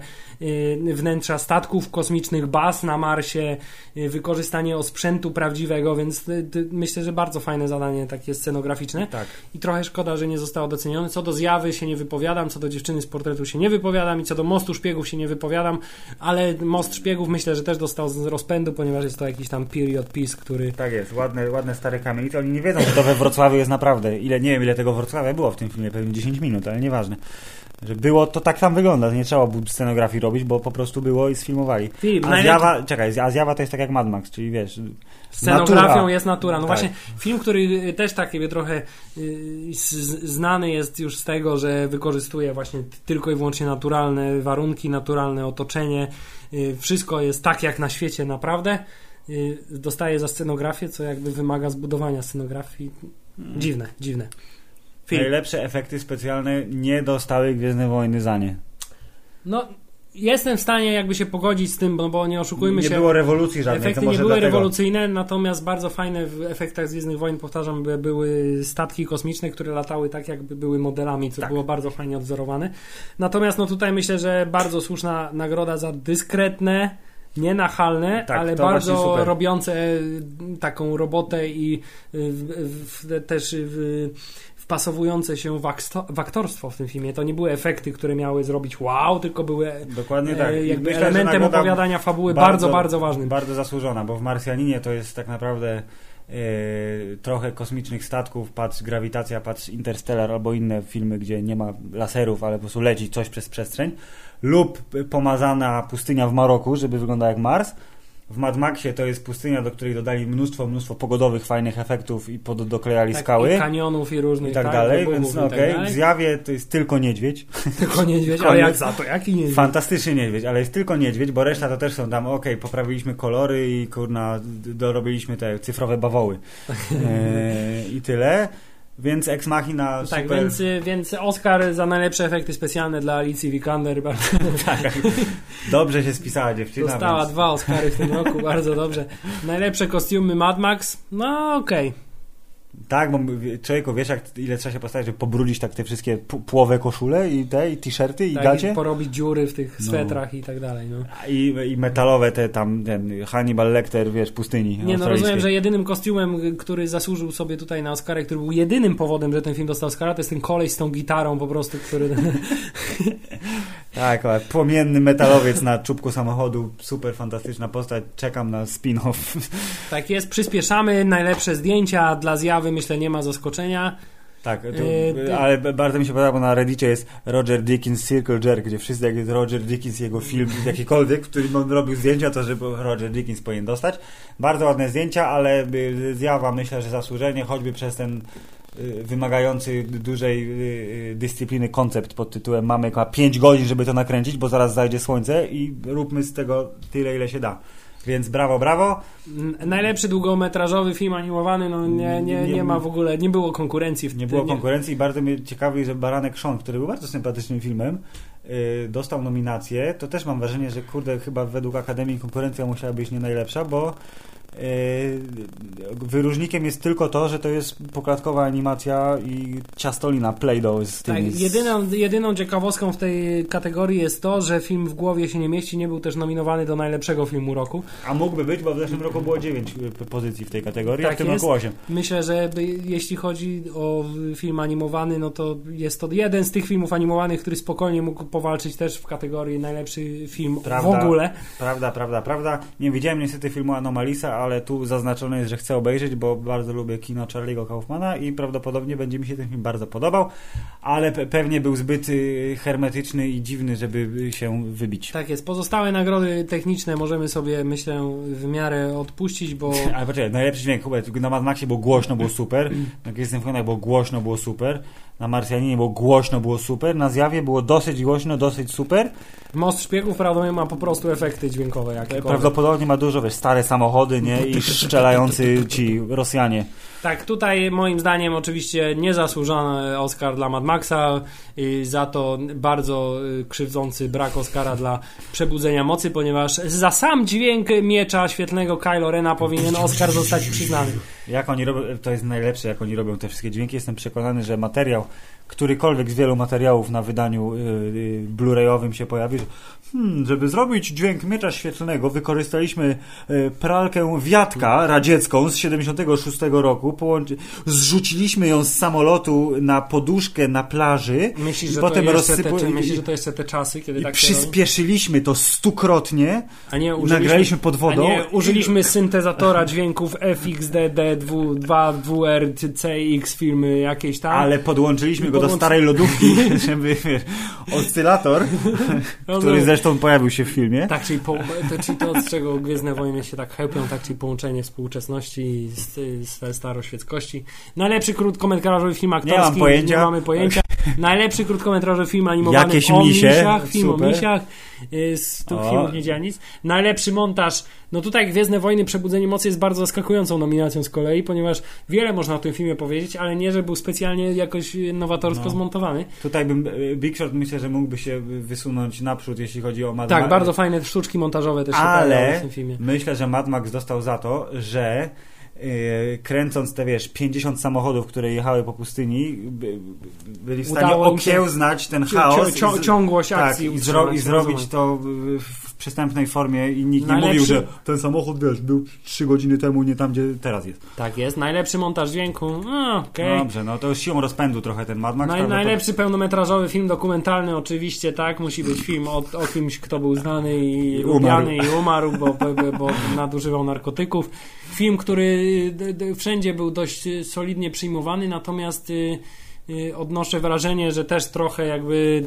y, wnętrza statków kosmicznych, baz na Marsie, y, wykorzystanie osprzętu prawdziwego, więc y, y, myślę, że bardzo fajne zadanie takie scenograficzne. Tak. I trochę szkoda, że nie zostało docenione. Co do Zjawy się nie wypowiadam, co do Dziewczyny z portretu się nie wypowiadam i co do Mostu Szpiegów się nie wypowiadam, ale Most Szpiegów myślę, że też dostał z rozpędu, ponieważ jest to jakiś tam period piece, który... Tak jest, ładne, ładne stare kamienice. Oni nie wiedzą, że to we Wrocławiu jest naprawdę. Ile, nie wiem ile tego Wrocławia było w tym filmie, pewnie dziesięć minut, ale nieważne. Że było, to tak tam wygląda, nie trzeba było scenografii robić, bo po prostu było i sfilmowali. Film, a zjawa, czekaj, a zjawa to jest tak jak Mad Max, czyli wiesz... Scenografią natura. Jest natura. No tak. Właśnie film, który też taki trochę y, znany jest już z tego, że wykorzystuje właśnie tylko i wyłącznie naturalne warunki, naturalne otoczenie. Y, wszystko jest tak jak na świecie naprawdę. Y, dostaje za scenografię, co jakby wymaga zbudowania scenografii. Hmm. Dziwne, dziwne. Film. Najlepsze efekty specjalne nie dostały Gwiezdne Wojny za nie. No... Jestem w stanie jakby się pogodzić z tym, bo, bo nie oszukujmy nie się. Nie było rewolucji żadnej. Efekty to może nie były dlatego. rewolucyjne, natomiast bardzo fajne w efektach Gwiezdnych Wojen, powtarzam, by, były statki kosmiczne, które latały tak, jakby były modelami, co tak. było bardzo fajnie odwzorowane. Natomiast no tutaj myślę, że bardzo słuszna nagroda za dyskretne, nienachalne, tak, ale bardzo robiące taką robotę i w, w, też w, wpasowujące się w, aksto, w aktorstwo w tym filmie. To nie były efekty, które miały zrobić wow, tylko były Dokładnie tak. e, jakby myślę, elementem opowiadania fabuły bardzo, bardzo, bardzo ważnym. Bardzo zasłużona, bo w Marsjaninie to jest tak naprawdę e, trochę kosmicznych statków, patrz Grawitacja, patrz Interstellar albo inne filmy, gdzie nie ma laserów, ale po prostu leci coś przez przestrzeń, lub pomazana pustynia w Maroku, żeby wyglądała jak Mars. W Mad Maxie to jest pustynia, do której dodali mnóstwo, mnóstwo pogodowych, fajnych efektów i pod, doklejali tak, skały. I kanionów i różnych. I tak, tak dalej, więc no, okej. Okay. W Zjawie to jest tylko niedźwiedź. Tylko niedźwiedź, ale jak za to? Jaki niedźwiedź? Fantastyczny niedźwiedź, ale jest tylko niedźwiedź, bo reszta to też są tam, okej, okay, poprawiliśmy kolory i kurna, dorobiliśmy te cyfrowe bawoły. e, I tyle. Więc Ex Machina tak, super... więc, więc Oscar za najlepsze efekty specjalne dla Alicji Vikander. tak, dobrze się spisała dziewczyna. Dostała więc... dwa Oscary w tym roku, bardzo dobrze. Najlepsze kostiumy Mad Max, no okej. Okay. Tak, bo człowieku, wiesz jak, ile trzeba się postawić, żeby pobrudzić tak te wszystkie płowe koszule i te i t-shirty i tak, gacie? I porobić dziury w tych swetrach no. i tak dalej. No. I, I metalowe te tam, ten Hannibal Lecter, wiesz, pustyni. Nie, no rozumiem, że jedynym kostiumem, który zasłużył sobie tutaj na Oscarę, który był jedynym powodem, że ten film dostał Oscara, to jest ten koleś z tą gitarą po prostu, który... tak, ale płomienny metalowiec na czubku samochodu, super fantastyczna postać, czekam na spin-off. Tak jest, przyspieszamy, najlepsze zdjęcia dla Zjawy, myślę, nie ma zaskoczenia. Tak, to, yy, ale bardzo mi się podoba, bo na Reddicie jest Roger Deakins Circle Jerk, gdzie wszyscy, jak jest Roger Deakins, jego film jakikolwiek, w którym on robił zdjęcia, to żeby Roger Deakins powinien dostać. Bardzo ładne zdjęcia, ale Zjawa myślę, że zasłużenie, choćby przez ten wymagający dużej dyscypliny koncept pod tytułem mamy pięć godzin, żeby to nakręcić, bo zaraz zajdzie słońce i róbmy z tego tyle, ile się da. Więc brawo, brawo. Najlepszy długometrażowy film animowany, no nie, nie, nie, nie ma w ogóle, nie było konkurencji. W nie było konkurencji i bardzo mnie ciekawi, że Baranek Sean, który był bardzo sympatycznym filmem, yy, dostał nominację. To też mam wrażenie, że kurde, chyba według Akademii konkurencja musiała być nie najlepsza, bo wyróżnikiem jest tylko to, że to jest poklatkowa animacja i ciastolina Play-Doh z tymi... Tak, jedyną, jedyną ciekawostką w tej kategorii jest to, że film W głowie się nie mieści nie był też nominowany do najlepszego filmu roku. A mógłby być, bo w zeszłym roku było dziewięć pozycji w tej kategorii, tak a w tym jest. roku osiem. Myślę, że by, jeśli chodzi o film animowany, no to jest to jeden z tych filmów animowanych, który spokojnie mógł powalczyć też w kategorii najlepszy film prawda, w ogóle. Prawda, prawda, prawda. Nie widziałem niestety filmu Anomalisa, ale tu zaznaczone jest, że chcę obejrzeć, bo bardzo lubię kino Charlie'ego Kaufmana i prawdopodobnie będzie mi się ten film bardzo podobał, ale pe- pewnie był zbyt y, hermetyczny i dziwny, żeby się wybić. Tak jest. Pozostałe nagrody techniczne możemy sobie, myślę, w miarę odpuścić, bo... Ale poczekaj, najlepszy dźwięk, Hubert, na Mad Maxie było głośno, było super, na Gwiezdnych Wojnach było głośno, było super, na Marsjaninie było głośno, było super, na Zjawie było dosyć głośno, dosyć super. Most Szpiegów prawdopodobnie ma po prostu efekty dźwiękowe jakiekolwiek. Prawdopodobnie ma dużo, wiesz, stare samochody, nie? I strzelający ci Rosjanie. Tak, tutaj moim zdaniem oczywiście niezasłużony Oscar dla Mad Maxa i za to bardzo krzywdzący brak Oscara dla Przebudzenia Mocy, ponieważ za sam dźwięk miecza świetlnego Kylo Rena powinien Oscar zostać przyznany. Jak oni robią, to jest najlepsze, jak oni robią te wszystkie dźwięki. Jestem przekonany, że materiał, którykolwiek z wielu materiałów na wydaniu yy, blu-rayowym się pojawi, że hmm, żeby zrobić dźwięk miecza świetlnego, wykorzystaliśmy yy, pralkę Wiatka radziecką z siedemdziesiątego szóstego roku, połączy... zrzuciliśmy ją z samolotu na poduszkę na plaży. Myślisz, że, potem to, rozsypu... te, myślisz, że to jeszcze te czasy, kiedy i tak przyspieszyliśmy to stukrotnie, a nie użyliśmy, nagraliśmy pod wodą. A nie użyliśmy syntezatora dźwięków F X D D dwa W R C X firmy jakiejś tam. Ale podłączyliśmy go do starej lodówki, żeby, wiesz, oscylator, no, który no. zresztą pojawił się w filmie. Tak, czyli, po, to, czyli to, z czego Gwiezdne Wojny się tak chełpią, tak, czyli połączenie współczesności z, z staroświeckości. Najlepszy krótkometrażowy film aktorski. Nie mam pojęcia. Nie mamy pojęcia. Najlepszy krótkometrażowy film animowany Jakieś o misie. misiach, film Super. o misiach. Z tych filmów nie działa nic. Najlepszy montaż. No tutaj Gwiezdne Wojny Przebudzenie Mocy jest bardzo zaskakującą nominacją z kolei, ponieważ wiele można o tym filmie powiedzieć, ale nie, że był specjalnie jakoś nowatorsko no. zmontowany. Tutaj bym, Big Short myślę, że mógłby się wysunąć naprzód, jeśli chodzi o Mad Tak, Max. bardzo fajne sztuczki montażowe też się ale w tym filmie. Myślę, że Mad Max dostał za to, że Yy, kręcąc te, wiesz, pięćdziesiąt samochodów, które jechały po pustyni, by, byli w stanie Udało okiełznać ten chaos. Cio, cio, ciągłość akcji. Tak, i, zro, i zrobić to w przystępnej formie i nikt Najlepszy... nie mówił, że ten samochód, wiesz, był trzy godziny temu, nie tam, gdzie teraz jest. Tak jest. Najlepszy montaż dźwięku. No, okay. Dobrze, no to już siłą rozpędu trochę ten Mad Max. Naj, najlepszy to... pełnometrażowy film dokumentalny oczywiście, tak. Musi być film o, o kimś, kto był znany i lubiany i umarł, bo, bo, bo, bo nadużywał narkotyków. Film, który wszędzie był dość solidnie przyjmowany, natomiast odnoszę wrażenie, że też trochę jakby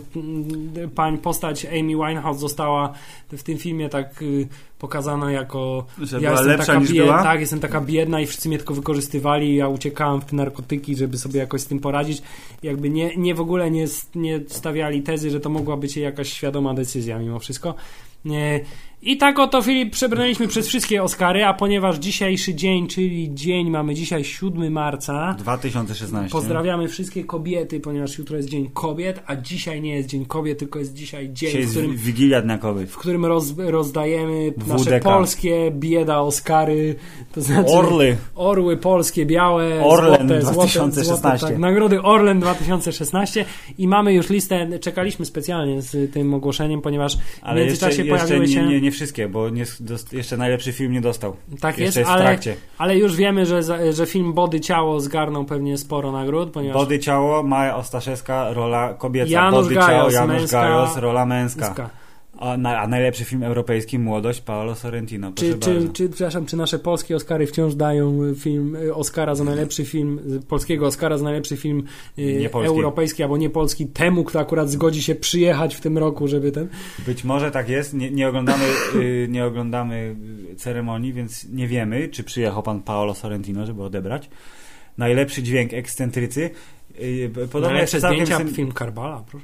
pań postać Amy Winehouse została w tym filmie tak pokazana jako że ja była jestem lepsza taka niż biedna, była? tak, jestem taka biedna i wszyscy mnie tylko wykorzystywali i ja uciekałam w te narkotyki, żeby sobie jakoś z tym poradzić. Jakby nie, nie w ogóle nie, nie stawiali tezy, że to mogła być jakaś świadoma decyzja mimo wszystko. Nie. I tak oto, Filip, przebrnęliśmy przez wszystkie Oscary, a ponieważ dzisiejszy dzień, czyli dzień, mamy dzisiaj siódmego marca dwa tysiące szesnastego. Pozdrawiamy wszystkie kobiety, ponieważ jutro jest Dzień Kobiet, a dzisiaj nie jest Dzień Kobiet, tylko jest dzisiaj dzień, dzisiaj w którym, jest Wigilia Dnia Kobiet, w którym roz, rozdajemy W W D K. nasze polskie bieda Oscary, to znaczy Orly. Orły polskie, białe, Orlen złote, dwa tysiące szesnaście. Złote, tak, nagrody Orlen dwa tysiące szesnaście i mamy już listę, czekaliśmy specjalnie z tym ogłoszeniem, ponieważ ale w międzyczasie jeszcze, pojawiły jeszcze się... nie, nie, nie wszystkie, bo nie, dost, jeszcze najlepszy film nie dostał. Tak jeszcze jest, jest w ale, trakcie. ale już wiemy, że, że film Body Ciało zgarnął pewnie sporo nagród, ponieważ... Body Ciało, Maja Ostaszewska, rola kobieca. Janusz Body Gajos, Ciało, Janusz męska, Gajos, rola męska. męska. A, na, a najlepszy film europejski Młodość Paolo Sorrentino. Czy, czy, czy, przepraszam, czy nasze polskie Oscary wciąż dają film Oscara za najlepszy film, polskiego Oscara za najlepszy film europejski albo nie polski temu, kto akurat zgodzi się przyjechać w tym roku, żeby ten... Być może tak jest. Nie, nie oglądamy y, nie oglądamy ceremonii, więc nie wiemy, czy przyjechał pan Paolo Sorrentino, żeby odebrać. Najlepszy dźwięk Ekscentrycy. Y, najlepsze zdjęcia syn... film Karbala, proszę.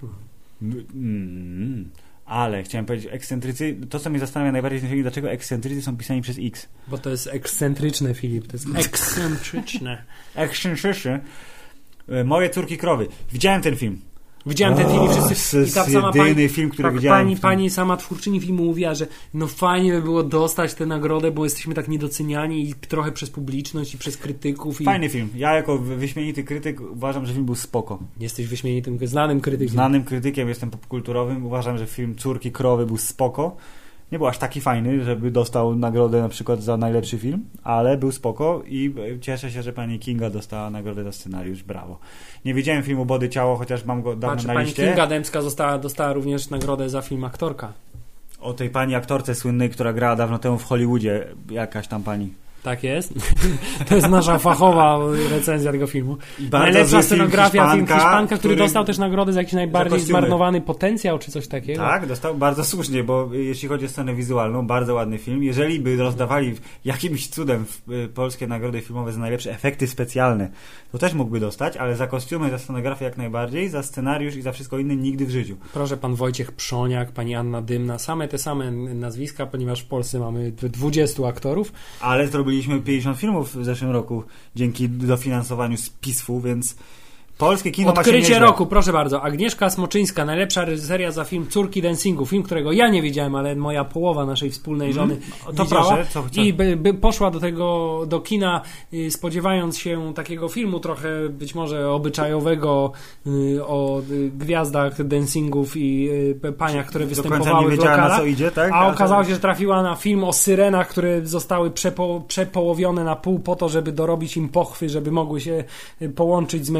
Mm, ale chciałem powiedzieć, Ekscentrycy, to co mnie zastanawia najbardziej w tym filmie, dlaczego Ekscentrycy są pisani przez X? Bo to jest ekscentryczne, Filip, to jest ekscentryczne. Ekscentryczne. Moje córki krowy. Widziałem ten film. Widziałem ten film i wszyscy... To jest jedyny film, który tak, widziałem. Pani, pani sama twórczyni filmu mówiła, że no fajnie by było dostać tę nagrodę, bo jesteśmy tak niedoceniani i trochę przez publiczność i przez krytyków. I... Fajny film. Ja jako wyśmienity krytyk uważam, że film był spoko. Jesteś wyśmienitym, znanym krytykiem. Znanym krytykiem, jestem popkulturowym. Uważam, że film Córki Krowy był spoko. Nie był aż taki fajny, żeby dostał nagrodę na przykład za najlepszy film, ale był spoko i cieszę się, że pani Kinga dostała nagrodę za scenariusz. Brawo. Nie widziałem filmu Body Ciało, chociaż mam go dawno Patrz, na pani liście. Kinga Dębska została, dostała również nagrodę za film aktorka. O tej pani aktorce słynnej, która grała dawno temu w Hollywoodzie, jakaś tam pani. Tak jest. To jest nasza fachowa recenzja tego filmu. Najlepsza scenografia, film film Hiszpanka, który, który dostał też nagrodę za jakiś najbardziej za zmarnowany potencjał, czy coś takiego. Tak, dostał bardzo słusznie, bo jeśli chodzi o scenę wizualną, bardzo ładny film. Jeżeli by rozdawali jakimś cudem polskie nagrody filmowe za najlepsze efekty specjalne, to też mógłby dostać, ale za kostiumy, za scenografię jak najbardziej, za scenariusz i za wszystko inne nigdy w życiu. Proszę, pan Wojciech Przoniak, pani Anna Dymna, same te same nazwiska, ponieważ w Polsce mamy dwudziestu aktorów. Ale zrobiliśmy pięćdziesiąt filmów w zeszłym roku dzięki dofinansowaniu z P I S F u, więc polskie kino Odkrycie ma się roku, proszę bardzo. Agnieszka Smoczyńska, najlepsza reżyseria za film Córki Dancingu, film, którego ja nie widziałem, ale moja połowa naszej wspólnej żony mm, to widziała. Proszę, co, co? I by, by poszła do tego, do kina y, spodziewając się takiego filmu trochę być może obyczajowego y, o y, gwiazdach dancingów i y, paniach, które występowały nie w lokalach. Na co idzie, tak? A okazało się, że trafiła na film o syrenach, które zostały przepo, przepołowione na pół po to, żeby dorobić im pochwy, żeby mogły się połączyć z mężczyzną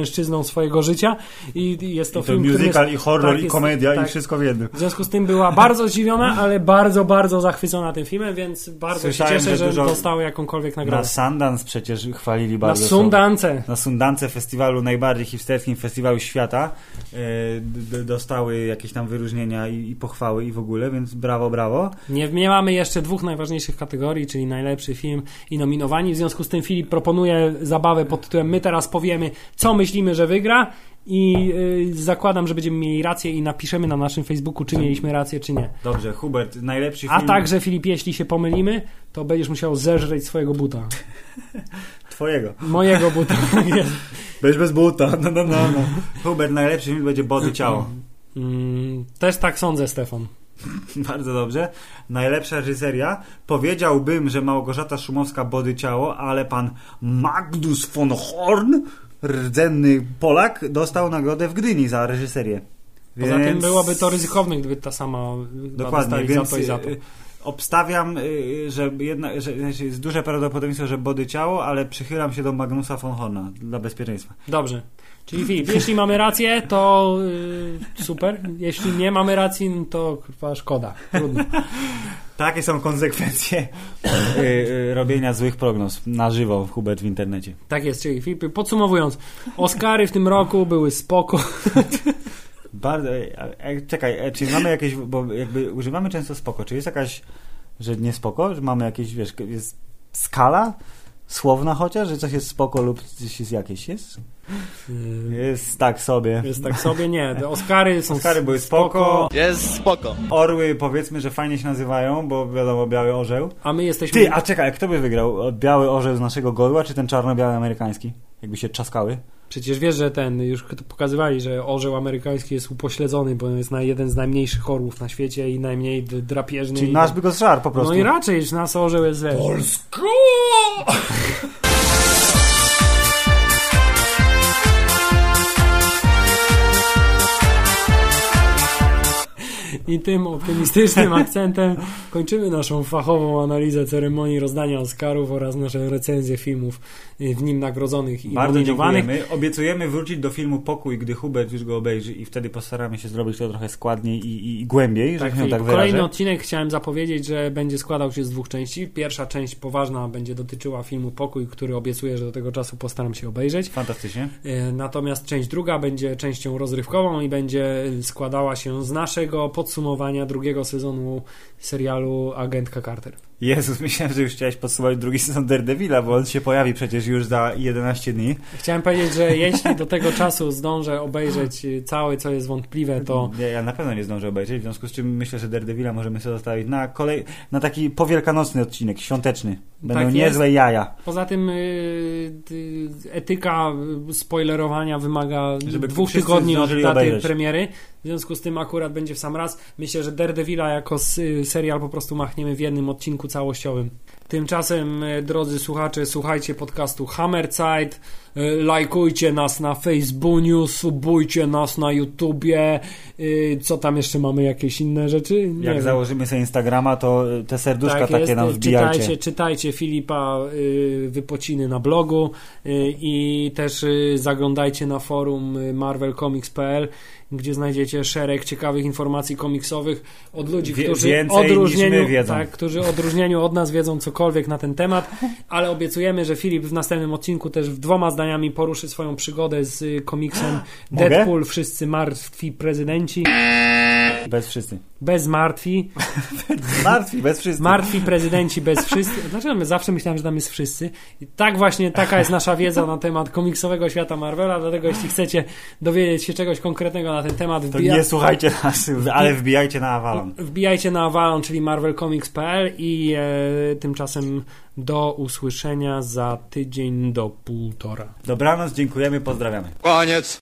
częścią swojego życia i jest to, I to film, musical, jest, i horror, tak, i jest, komedia, tak. i wszystko w jednym. W związku z tym była bardzo zdziwiona, ale bardzo, bardzo zachwycona tym filmem, więc bardzo Słyszałem, się cieszę, że, że dużo... dostał jakąkolwiek nagrodę. Na Sundance przecież chwalili Na bardzo. Sundance. Na Sundance, festiwalu najbardziej hipsterskim festiwalu świata, e, d- dostały jakieś tam wyróżnienia i, i pochwały i w ogóle, więc brawo, brawo. Nie, nie mamy jeszcze dwóch najważniejszych kategorii, czyli najlepszy film i nominowani. W związku z tym Filip proponuje zabawę pod tytułem my teraz powiemy, co myślimy, że wygra i yy, zakładam, że będziemy mieli rację i napiszemy na naszym Facebooku, czy mieliśmy rację, czy nie. Dobrze, Hubert, najlepszy film... A także, Filip, jeśli się pomylimy, to będziesz musiał zeżreć swojego buta. Twojego. Mojego buta. Będziesz bez buta. No, no, no, no. Hubert, najlepszy film będzie Body Ciało. Mm, też tak sądzę, Stefan. Bardzo dobrze. Najlepsza reżyseria. Powiedziałbym, że Małgorzata Szumowska Body Ciało, ale pan Magnus von Horn, rdzenny Polak, dostał nagrodę w Gdyni za reżyserię. Poza Więc... tym byłoby to ryzykowne, gdyby ta sama Dokładnie, więc za to i za to. obstawiam, że, jedna, że jest duże prawdopodobieństwo, że Body Ciało, ale przychylam się do Magnusa von Horna dla bezpieczeństwa. Dobrze. Czyli Filip, jeśli mamy rację, to yy, super. Jeśli nie mamy racji, to kurwa szkoda. Trudno. Takie są konsekwencje yy, yy, robienia złych prognoz na żywo, Hubert, w internecie. Tak jest, czyli Filip, podsumowując, Oscary w tym roku były spoko. Bardzo, e, czekaj, e, czy mamy jakieś, bo jakby używamy często spoko, czy jest jakaś, że nie spoko, że mamy jakieś, wiesz, jest skala słowna chociaż, że coś jest spoko lub coś jest jakieś, jest? Jest tak sobie. Jest tak sobie, nie. Te Oscary są Oscary były spoko. Jest spoko. Orły powiedzmy, że fajnie się nazywają, bo wiadomo, Biały Orzeł. A my jesteśmy... Ty, a czekaj, kto by wygrał? Biały Orzeł z naszego Gorła, czy ten czarno-biały amerykański? Jakby się trzaskały? Przecież wiesz, że ten, już pokazywali, że orzeł amerykański jest upośledzony, bo jest na jeden z najmniejszych orłów na świecie i najmniej drapieżny. Czyli nasz by go zżarł po prostu. No i raczej, że nasz orzeł jest wiesz. Polsko! I tym optymistycznym akcentem kończymy naszą fachową analizę ceremonii rozdania Oscarów oraz nasze recenzje filmów w nim nagrodzonych i bardzo nominowanych. dziękujemy. Obiecujemy wrócić do filmu Pokój, gdy Hubert już go obejrzy i wtedy postaramy się zrobić to trochę składniej i, i, i głębiej, Tak, że się tak kolejny wyrażę. odcinek chciałem zapowiedzieć, że będzie składał się z dwóch części. Pierwsza część poważna będzie dotyczyła filmu Pokój, który obiecuję, że do tego czasu postaram się obejrzeć. Fantastycznie. Natomiast część druga będzie częścią rozrywkową i będzie składała się z naszego podsumowania drugiego sezonu serialu Agentka Carter. Jezus, myślałem, że już chciałeś podsumować drugi sezon Daredevila, bo on się pojawi przecież już za jedenaście dni. Chciałem powiedzieć, że jeśli do tego czasu zdążę obejrzeć całe, co jest wątpliwe, to... Ja, ja na pewno nie zdążę obejrzeć, w związku z czym myślę, że Daredevila możemy sobie zostawić na kolej, na taki powielkanocny odcinek, świąteczny. Będą Tak niezłe jest. jaja. Poza tym yy, yy, etyka spoilerowania wymaga Żeby dwóch wszyscy tygodni od zdążyli daty obejrzeć. premiery. W związku z tym akurat będzie w sam raz. Myślę, że Daredevila jako serial po prostu machniemy w jednym odcinku całościowym. Tymczasem, drodzy słuchacze, słuchajcie podcastu Hammerzeit, lajkujcie nas na Facebooku, subujcie nas na YouTubie. Co tam jeszcze mamy? Jakieś inne rzeczy? Nie Jak wiem. założymy sobie Instagrama, to te serduszka Tak takie jest. nam wbijajcie. Czytajcie, czytajcie Filipa y, wypociny na blogu y, i też y, zaglądajcie na forum marvel comics kropka p l, gdzie znajdziecie szereg ciekawych informacji komiksowych od ludzi, Wie, którzy więcej odróżnieniu, niż my wiedzą. tak, którzy odróżnieniu od nas wiedzą cokolwiek na ten temat, ale obiecujemy, że Filip w następnym odcinku też w dwoma zdaniami poruszy swoją przygodę z y, komiksem Mogę? Deadpool, wszyscy martwi prezydenci. Bez wszyscy. Bez martwi. Martwi, bez wszyscy. Martwi prezydenci bez wszyscy. Dlaczego my zawsze myślałem, że tam jest wszyscy? I tak właśnie, taka jest nasza wiedza na temat komiksowego świata Marvela, dlatego jeśli chcecie dowiedzieć się czegoś konkretnego na ten temat, To wbija... nie słuchajcie nas, ale wbijajcie na Avalon. wbijajcie na Avalon, czyli marvel comics kropka p l i e, tymczasem do usłyszenia za tydzień do półtora. Dobranoc, dziękujemy, pozdrawiamy. Koniec.